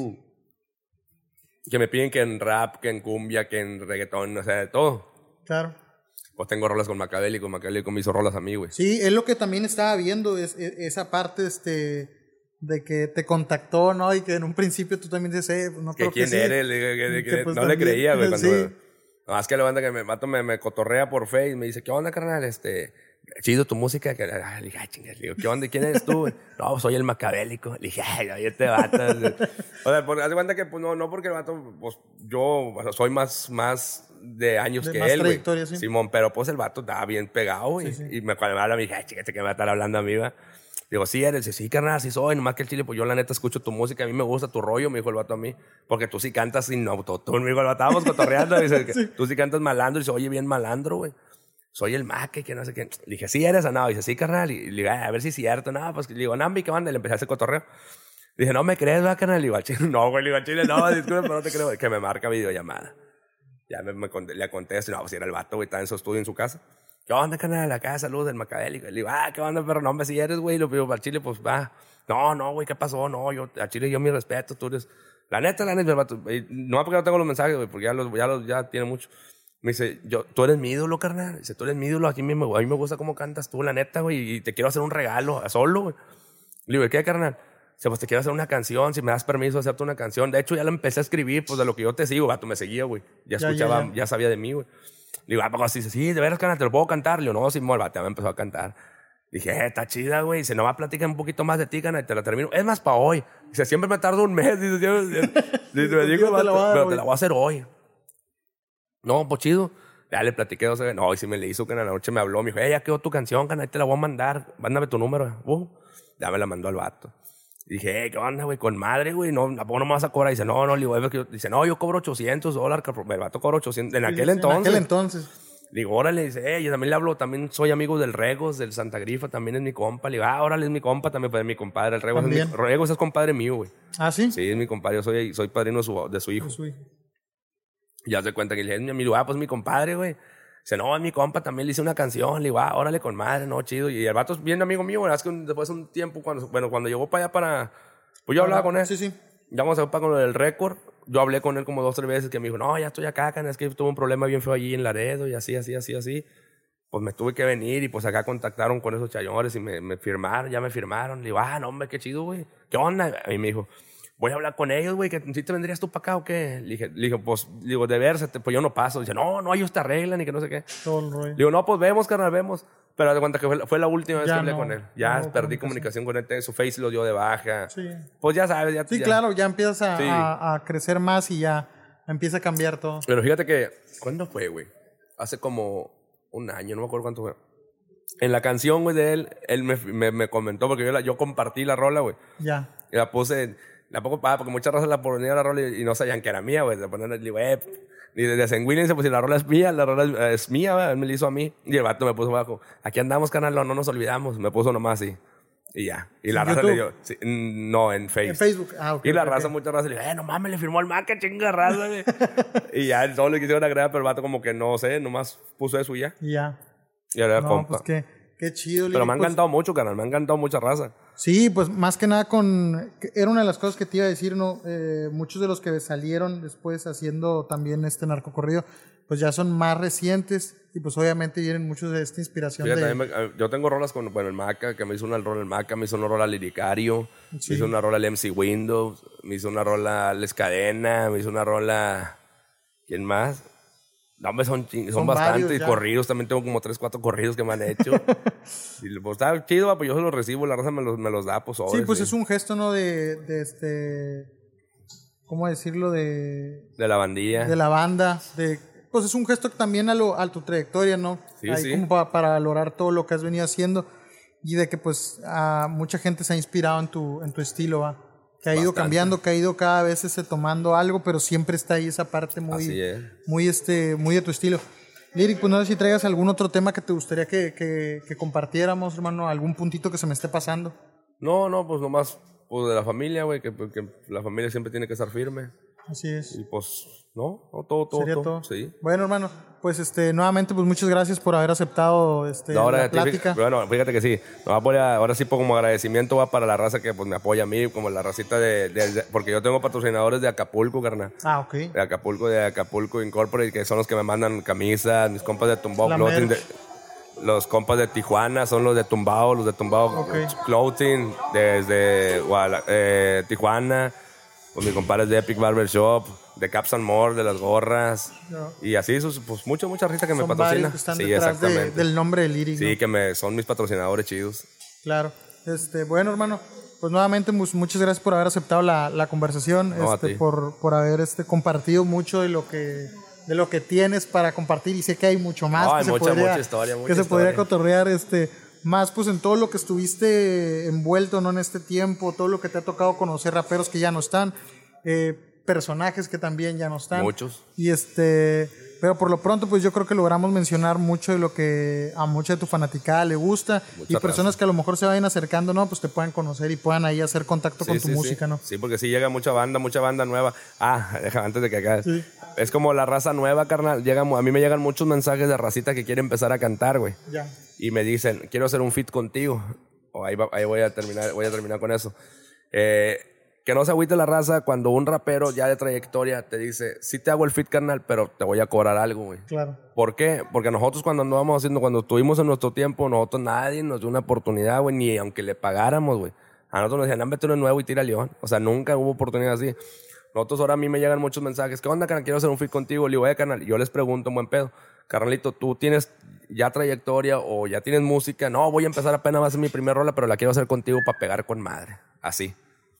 Que me piden que en rap, que en cumbia, que en reggaetón, o sea, de todo. Claro. Pues tengo rolas con Macabélico me hizo rolas a mí, güey. Sí, es lo que también estaba viendo, esa parte de que te contactó, ¿no? Y que en un principio tú también dices, no creo que quién eres, pues, no también, le creía, güey. Sí. No, es que la banda que me cotorrea por Facebook y me dice, ¿qué onda, carnal? Chido tu música. Le dije, chingas, le digo, ¿qué onda? ¿Quién eres tú? No, soy el Macabélico. Le dije, ay, este vato. O sea, haz de cuenta que, pues, no porque el vato, pues, yo soy más de años que él, güey. Sí. Simón, pero pues el vato estaba bien pegado, güey. Sí. Y cuando me habla, me dije, ay, chingate, que me va a estar hablando a mí, va. Digo, sí eres, sí, carnal, sí soy, nomás que el chile, pues yo la neta escucho tu música, a mí me gusta tu rollo, me dijo el vato a mí, porque tú sí cantas sin autotune, me dijo el vato, estábamos cotorreando, dice, sí. Tú sí cantas malandro, y dice, oye, bien malandro, güey, soy el maque, que no sé qué. Le dije, sí eres, no, dice, sí, carnal, y le digo, a ver si es cierto, no, pues le digo, Nambi, ¿qué onda? Y le empecé a hacer cotorreo. Le dije, no me crees, va, carnal, le digo, al chile, no, güey, le digo, al chile, no, disculpe, pero no te creo, que me marca videollamada. Ya le contesto, no, pues era el vato, güey, estaba en su estudio en su casa. ¿Qué onda, carnal? Acá, saludos del Macabélico. Le digo, ¿qué onda, pero no, hombre, si eres, güey? Lo pido para Chile, pues va. No, güey, ¿qué pasó? No, a Chile yo mi respeto, tú eres. La neta, vato. No, porque no tengo los mensajes, güey, porque ya tiene mucho. Me dice, tú eres mi ídolo, carnal. Dice, tú eres mi ídolo, a mí me gusta cómo cantas tú, la neta, güey, y te quiero hacer un regalo, solo, güey. Le digo, ¿qué, carnal? Dice, pues te quiero hacer una canción, si me das permiso de hacerte una canción. De hecho, ya la empecé a escribir, pues de lo que yo te sigo, vato, me seguía, güey. Ya escuchaba, ya sabía de mí, güey. Le digo, pues así, sí, de veras, carnal, te lo puedo cantar. Le digo, no, Simón, el vato me empezó a cantar. Dije, está chida, güey. Dice, nomás platica un poquito más de ti, carnal, y te la termino. Es más, para hoy. Dice, siempre me tardo un mes. Dice, me digo, pero te la voy a hacer hoy. No, pues chido. Ya le platiqué 2 veces. No, y si me le hizo, que en la noche me habló. Me dijo, ya quedó tu canción, carnal, te la voy a mandar. Mándame tu número. Ya me la mandó al vato. Y dije, ¿qué onda, güey? Con madre, güey. No, ¿a poco no me vas a cobrar? Dice, no, le digo, dice, no, yo cobro $800, cabrón. El vato cobra 800. En aquel entonces. Digo, órale, dice, yo también le hablo, también soy amigo del Regos, del Santa Grifa, también es mi compa. Le digo, órale, es mi compa, también pues, es mi compadre. El Regos es compadre mío, güey. ¿Ah, sí? Sí, es mi compadre, yo soy padrino de su hijo. Y ya se cuenta que le dije, es mi amigo, pues mi compadre, güey. Dice, no, es mi compa, también le hice una canción. Le digo, órale, con madre, no, chido. Y el vato es bien amigo mío, güey. Es que después de un tiempo, cuando llegó para allá pues yo hablaba con él. Sí. Ya vamos a ver con lo del récord. Yo hablé con él como 2 o 3 veces que me dijo, no, ya estoy acá, carnal, es que tuve un problema bien feo allí en Laredo y así. Pues me tuve que venir y pues acá contactaron con esos chayores y me firmaron, ya me firmaron. Le digo, no, hombre, qué chido, güey. ¿Qué onda? Y me dijo, voy a hablar con ellos, güey, que si te vendrías tú para acá o qué. Le dije, pues, de verse, pues yo no paso. Dice, no, ellos te arreglan y que no sé qué. Todo el rollo. Le digo, no, pues vemos, carnal, vemos. Pero de cuenta que fue la última vez que hablé no, con él. Ya no, perdí comunicación con él, su Face lo dio de baja. Sí. Pues ya sabes, ya. Sí, ya. claro, ya empiezas Sí. a crecer más y ya empieza a cambiar todo. Pero fíjate que, ¿cuándo fue, güey? Hace como un año, no me acuerdo cuánto fue. En la canción, güey, de él me comentó, porque yo compartí la rola, güey. Ya. Y la puse, porque muchas razas la ponían la rola y no sabían que era mía, güey. Le ponían, digo, y desde Senguini dice, pues si la rola es mía, es mía, güey. Él me la hizo a mí. Y el vato me puso abajo, aquí andamos, canal, no nos olvidamos. Me puso nomás así. Y ya. Y la raza le dio, sí, no, en Facebook. En Facebook, ok. Y la raza, mucha raza le dijo, no mames, le firmó al Maca, chinga raza, güey. Y ya, todos le quisieron agregar, pero el vato como que no sé, nomás puso eso y ya. Y ya. Y ahora No, compa. pues qué chido. Pero me ha pues, encantado mucho, canal, me ha encantado mucha raza. Sí, pues más que nada era una de las cosas que te iba a decir, ¿no? Muchos de los que salieron después haciendo también este narcocorrido, pues ya son más recientes y pues obviamente vienen muchos de esta inspiración. Fíjate, yo tengo rolas con, el Maca, que me hizo una rola el Maca, me hizo una rola Liricario, Sí. me hizo una rola el MC Windows, me hizo una rola Les Cadena, me hizo una rola... ¿Quién más? No, hombre, son bastantes. varios Y ya. corridos, también tengo como 3, 4 corridos que me han hecho. Y pues está chido, pues yo se los recibo, la raza me los da, pues sobres, Sí, pues es un gesto, ¿no? De ¿cómo decirlo? De la bandilla. De la banda, pues es un gesto también a tu trayectoria, ¿no? Sí, ahí sí. como para valorar todo lo que has venido haciendo y de que pues a mucha gente se ha inspirado en tu estilo, ¿va? Que ha ido Bastante. cambiando, que ha ido cada vez tomando algo, pero siempre está ahí esa parte Así es. muy de tu estilo. Lyric, pues no sé si traigas algún otro tema que te gustaría que compartiéramos, hermano, algún puntito que se me esté pasando. No, pues nomás pues de la familia, güey, que la familia siempre tiene que estar firme. Así es. Y pues, todo. Sería todo. Sí. Bueno, hermano, pues nuevamente pues muchas gracias por haber aceptado la plática. Bueno, fíjate que sí. Ahora sí, como agradecimiento va para la raza que pues me apoya a mí, como la racita porque yo tengo patrocinadores de Acapulco, carnal. Ah, ok. De Acapulco Incorporated, que son los que me mandan camisas, mis compas de Tumbao La Clothing, merch. los compas de Tijuana son los de Tumbao Ok. Clothing, desde Tijuana, pues mis compadres de Epic Barber Shop, de Caps and More, de las gorras, No. y así, pues mucha rita que me Son patrocina. varios que están Sí, detrás exactamente. del nombre de Lyric, Sí, ¿no? que son mis patrocinadores chidos. Claro. Bueno, hermano, pues nuevamente muchas gracias por haber aceptado la conversación, No, a ti. por haber compartido mucho de lo que tienes para compartir, y sé que hay mucho más No, que hay se mucha podría, historia, que se podría historia. cotorrear más pues en todo lo que estuviste envuelto, ¿no? En este tiempo, todo lo que te ha tocado conocer, raperos que ya no están, personajes que también ya no están. Muchos. Y pero por lo pronto pues yo creo que logramos mencionar mucho de lo que a mucha de tu fanaticada le gusta, Mucha y personas raza. que a lo mejor se vayan acercando, ¿no? Pues te puedan conocer y puedan ahí hacer contacto con tu música, ¿no? Sí, porque sí llega mucha banda nueva. Deja antes de que acabes. Sí. Es como la raza nueva, carnal. A mí me llegan muchos mensajes de racita que quiere empezar a cantar, güey. Ya. Y me dicen, quiero hacer un feat contigo. Ahí voy a terminar con eso. Que no se agüite la raza cuando un rapero ya de trayectoria te dice, sí te hago el feat, carnal, pero te voy a cobrar algo, güey. Claro. ¿Por qué? Porque nosotros cuando estuvimos en nuestro tiempo, nadie nos dio una oportunidad, güey, ni aunque le pagáramos, güey. A nosotros nos decían, tú eres nuevo y tira león. O sea, nunca hubo oportunidad así. Nosotros ahora a mí me llegan muchos mensajes, ¿qué onda, carnal? Quiero hacer un feat contigo. Le digo, carnal, yo les pregunto, buen pedo, carnalito, ¿tú tienes ya trayectoria o ya tienes música? No, voy a empezar apenas, va a ser mi primer rola, pero la quiero hacer contigo para pegar con madre. Así.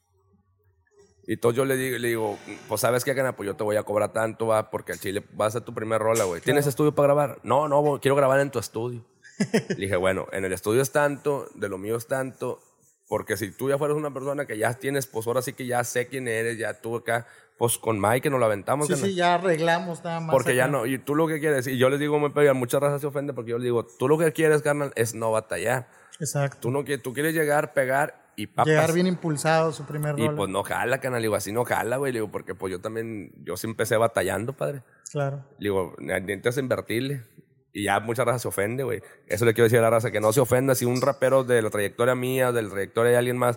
Y entonces yo le digo, pues ¿sabes qué, carnal? Pues yo te voy a cobrar tanto, va, porque al chile va a ser tu primer rola, güey. ¿Tienes estudio para grabar? No, quiero grabar en tu estudio. Le dije, bueno, en el estudio es tanto, de lo mío es tanto, porque si tú ya fueras una persona que ya tienes, pues ahora sí que ya sé quién eres, ya tú acá, pues con Mike nos la aventamos. Sí, carnal. sí, ya arreglamos nada más. Porque acá. ya no, y tú lo que quieres, y yo les digo, muchas razas se ofenden porque yo les digo, tú lo que quieres, carnal, es no batallar. Exacto. Tú quieres llegar, pegar y papas. Llegar bien impulsado su primer Y rol. pues no jala, carnal. Le digo, así no jala, güey. Le digo, porque pues yo sí empecé batallando, padre. Claro. Le digo, necesitas invertirle. Y ya mucha raza se ofende, güey. Eso le quiero decir a la raza, que no se ofenda si un rapero de la trayectoria mía o de la trayectoria de alguien más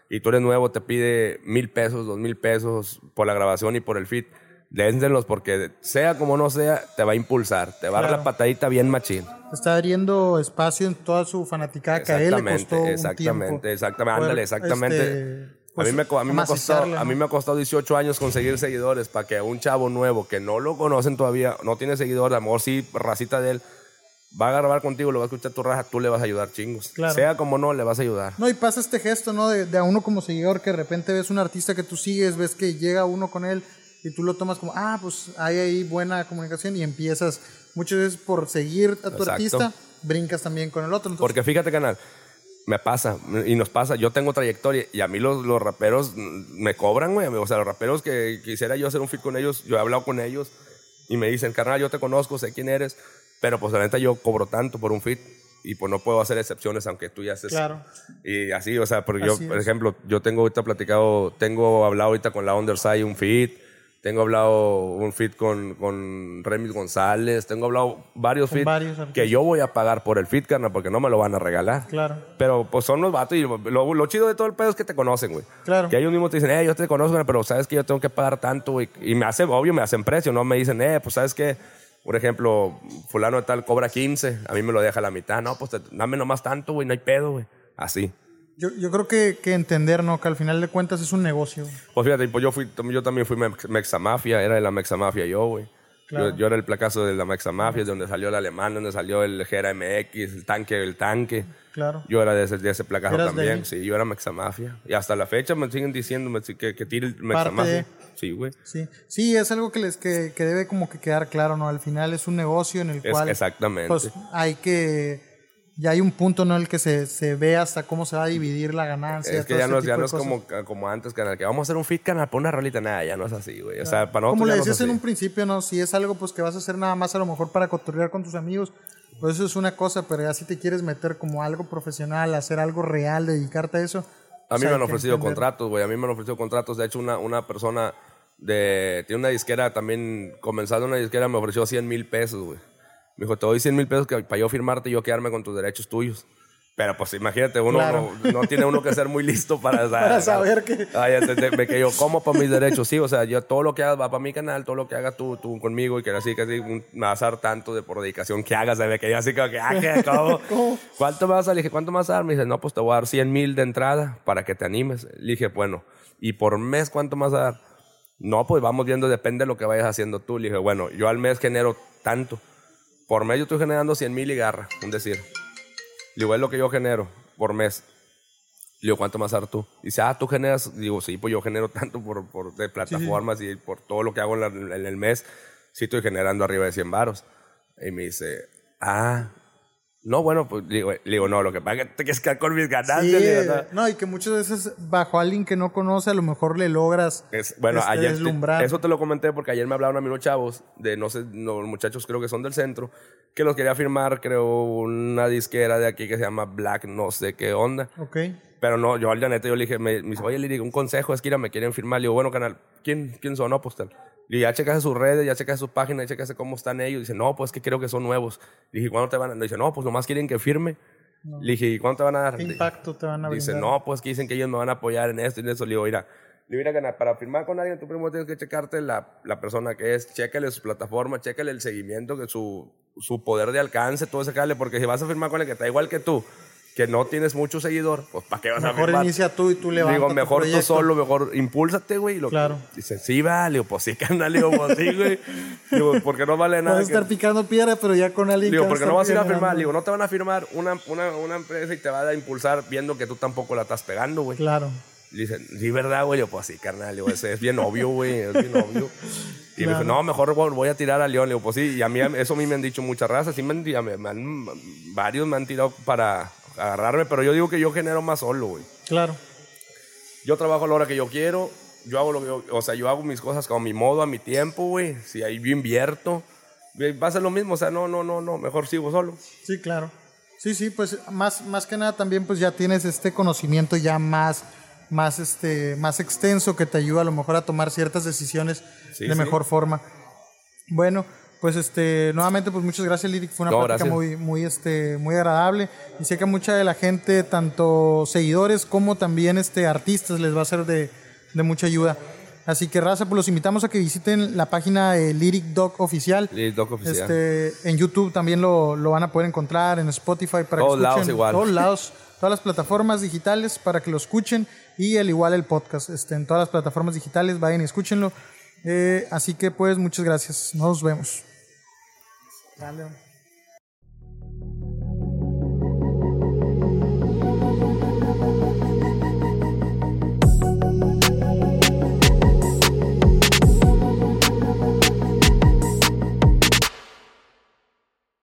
y tú eres nuevo, te pide 1,000 pesos, 2,000 pesos por la grabación y por el feat, dénselos porque sea como no sea, te va a impulsar, te va a dar la patadita bien machín. Está abriendo espacio en toda su fanaticada que a él le costó un tiempo. Ándale, exactamente. Pues, a mí me ha costado 18 años conseguir seguidores para que un chavo nuevo que no lo conocen todavía, no tiene seguidores, a lo mejor sí, racita de él, va a grabar contigo, lo va a escuchar tu raja, tú le vas a ayudar chingos. Claro. Sea como no, le vas a ayudar. No, y pasa este gesto, ¿no? De a uno como seguidor, que de repente ves un artista que tú sigues, ves que llega uno con él y tú lo tomas como, pues hay ahí buena comunicación y empiezas muchas veces por seguir a tu artista, brincas también con el otro. Entonces, porque fíjate, canal, me pasa y nos pasa, yo tengo trayectoria y a mí los raperos me cobran, güey. O sea, los raperos que quisiera yo hacer un feat con ellos, yo he hablado con ellos y me dicen, carnal, yo te conozco, sé quién eres, pero pues la neta yo cobro tanto por un feat y pues no puedo hacer excepciones aunque tú ya estés. Claro. Y así, o sea, porque yo, por ejemplo, yo tengo hablado ahorita con la Underside un feat. Tengo hablado un feat con Remix González. Tengo hablado varios feats que yo voy a pagar por el feat, carnal, porque no me lo van a regalar. Claro. Pero pues son los vatos y lo chido de todo el pedo es que te conocen, güey. Claro. Que ellos mismos te dicen, yo te conozco, pero sabes que yo tengo que pagar tanto, güey. Y me hacen precio, ¿no? Me dicen, pues sabes que, por ejemplo, fulano de tal cobra 15, a mí me lo deja a la mitad. No, pues dame nomás tanto, güey, no hay pedo, güey. Así. Yo creo que entender, ¿no? Que al final de cuentas es un negocio. Pues fíjate, pues yo también fui Mexamafia, era de la Mexamafia yo, güey. Claro. Yo era el placazo de la Mexamafia, de donde salió el alemán, donde salió el Gera MX, el tanque. Claro. Yo era de ese placazo también, sí, yo era Mexamafia. Y hasta la fecha me siguen diciendo que tire el Mexamafia. Sí, güey. Sí, es algo que debe como que quedar claro, ¿no? Al final es un negocio en el cual... Exactamente. Pues ya hay un punto, ¿no? En el que se ve hasta cómo se va a dividir la ganancia. Es que ya no es como antes, canal, que vamos a hacer un feat, canal, pon una rolita. Nada, ya no es así, güey. O sea, para nosotros como le decías en un principio, ¿no? Si es algo pues que vas a hacer nada más a lo mejor para cotorrear con tus amigos, pues eso es una cosa, pero ya si te quieres meter como algo profesional, hacer algo real, dedicarte a eso. A mí me han ofrecido contratos, güey. De hecho, una persona tiene una disquera también, comenzando una disquera, me ofreció 100,000 pesos, güey. Me dijo, te doy 100,000 pesos para yo firmarte y yo quedarme con tus derechos tuyos. Pero pues imagínate, uno no tiene uno que ser muy listo para saber que... que yo como para mis derechos. Sí, o sea, yo todo lo que hagas va para mi canal, todo lo que hagas tú conmigo y que así me vas a dar tanto por dedicación que hagas. ¿Sabes? Que yo así como que, ¿cómo? ¿Cuánto me vas a dar? Le dije, ¿cuánto me vas a dar? Me dice, no, pues te voy a dar 100,000 de entrada para que te animes. Le dije, bueno, ¿y por mes cuánto me vas a dar? No, pues vamos viendo, depende de lo que vayas haciendo tú. Le dije, bueno, yo al mes genero tanto. Por mes yo estoy generando 100,000 y garra, un decir. Le digo, es lo que yo genero por mes. Le digo, ¿cuánto más dar tú? Dice, tú generas. Digo, sí, pues yo genero tanto por de plataformas y por todo lo que hago en el mes. Sí estoy generando arriba de 100 varos. Y me dice, no, bueno, pues le digo, no, lo que pasa es que te quieres quedar con mis ganancias. Y que muchas veces bajo alguien que no conoce a lo mejor le logras ayer deslumbrar. Eso te lo comenté porque ayer me hablaron a mí unos chavos de, no sé, los muchachos creo que son del centro, que los quería firmar, creo, una disquera de aquí que se llama Black, no sé qué onda. Ok. Pero no, yo al neta, yo le dije, me dice, oye, le digo, un consejo, es que me quieren firmar. Le digo, bueno, canal, ¿quién son? No, pues tal. Y ya checaste sus redes, ya checaste sus páginas, ya checaste cómo están ellos. Dice, no, pues que creo que son nuevos. Le dije, ¿cuándo te van a dar? Dice, no, pues nomás quieren que firme. No. Le dije, ¿y cuándo te van a dar? ¿Qué impacto te van a brindar? Dice, no, pues que dicen que ellos me van a apoyar en esto y en eso. Le digo, mira, para firmar con alguien, tú primero tienes que checarte la persona que es, chécale su plataforma, chécale el seguimiento, que su poder de alcance, todo ese cale, porque si vas a firmar con el que está igual que tú, que no tienes mucho seguidor, pues ¿para qué vas a firmar? Mejor inicia tú y tú levantas. Digo, mejor tú solo, mejor impúlsate, güey. Claro. Dice, sí, va. Le digo, pues sí, carnal. Le digo, pues sí, güey. Digo, porque no vale nada. Puedes estar picando piedra, pero ya con alguien. Digo, porque no vas a ir a firmar. Digo, no te van a firmar una empresa y te va a impulsar viendo que tú tampoco la estás pegando, güey. Claro. Dice, sí, ¿verdad, güey? Yo, pues sí, carnal. Digo, es bien obvio, güey. Es bien obvio. Y me dijo, no, mejor voy a tirar a León. Le digo, pues sí. Y a mí, eso a mí me han dicho muchas razas. Sí, varios me han tirado para agarrarme, pero yo digo que yo genero más solo, güey. Claro. Yo trabajo a la hora que yo quiero. Yo hago yo hago mis cosas como a mi modo, a mi tiempo, güey. Si ahí yo invierto, va a ser lo mismo. O sea, no. Mejor sigo solo. Sí, claro. Sí, pues más que nada también pues ya tienes este conocimiento ya más extenso que te ayuda a lo mejor a tomar ciertas decisiones de mejor forma. Bueno, Pues nuevamente pues muchas gracias, Lyric, fue una plática muy agradable, y sé que a mucha de la gente, tanto seguidores como también artistas, les va a ser de mucha ayuda. Así que, raza, pues los invitamos a que visiten la página de Lyric Dog Oficial. Lyric Dog Oficial. En YouTube también lo van a poder encontrar, en Spotify, para todos que escuchen. Lados igual. Todos lados, todas las plataformas digitales para que lo escuchen, y al igual el podcast, en todas las plataformas digitales, vayan y escúchenlo. Así que pues muchas gracias, nos vemos. Dale.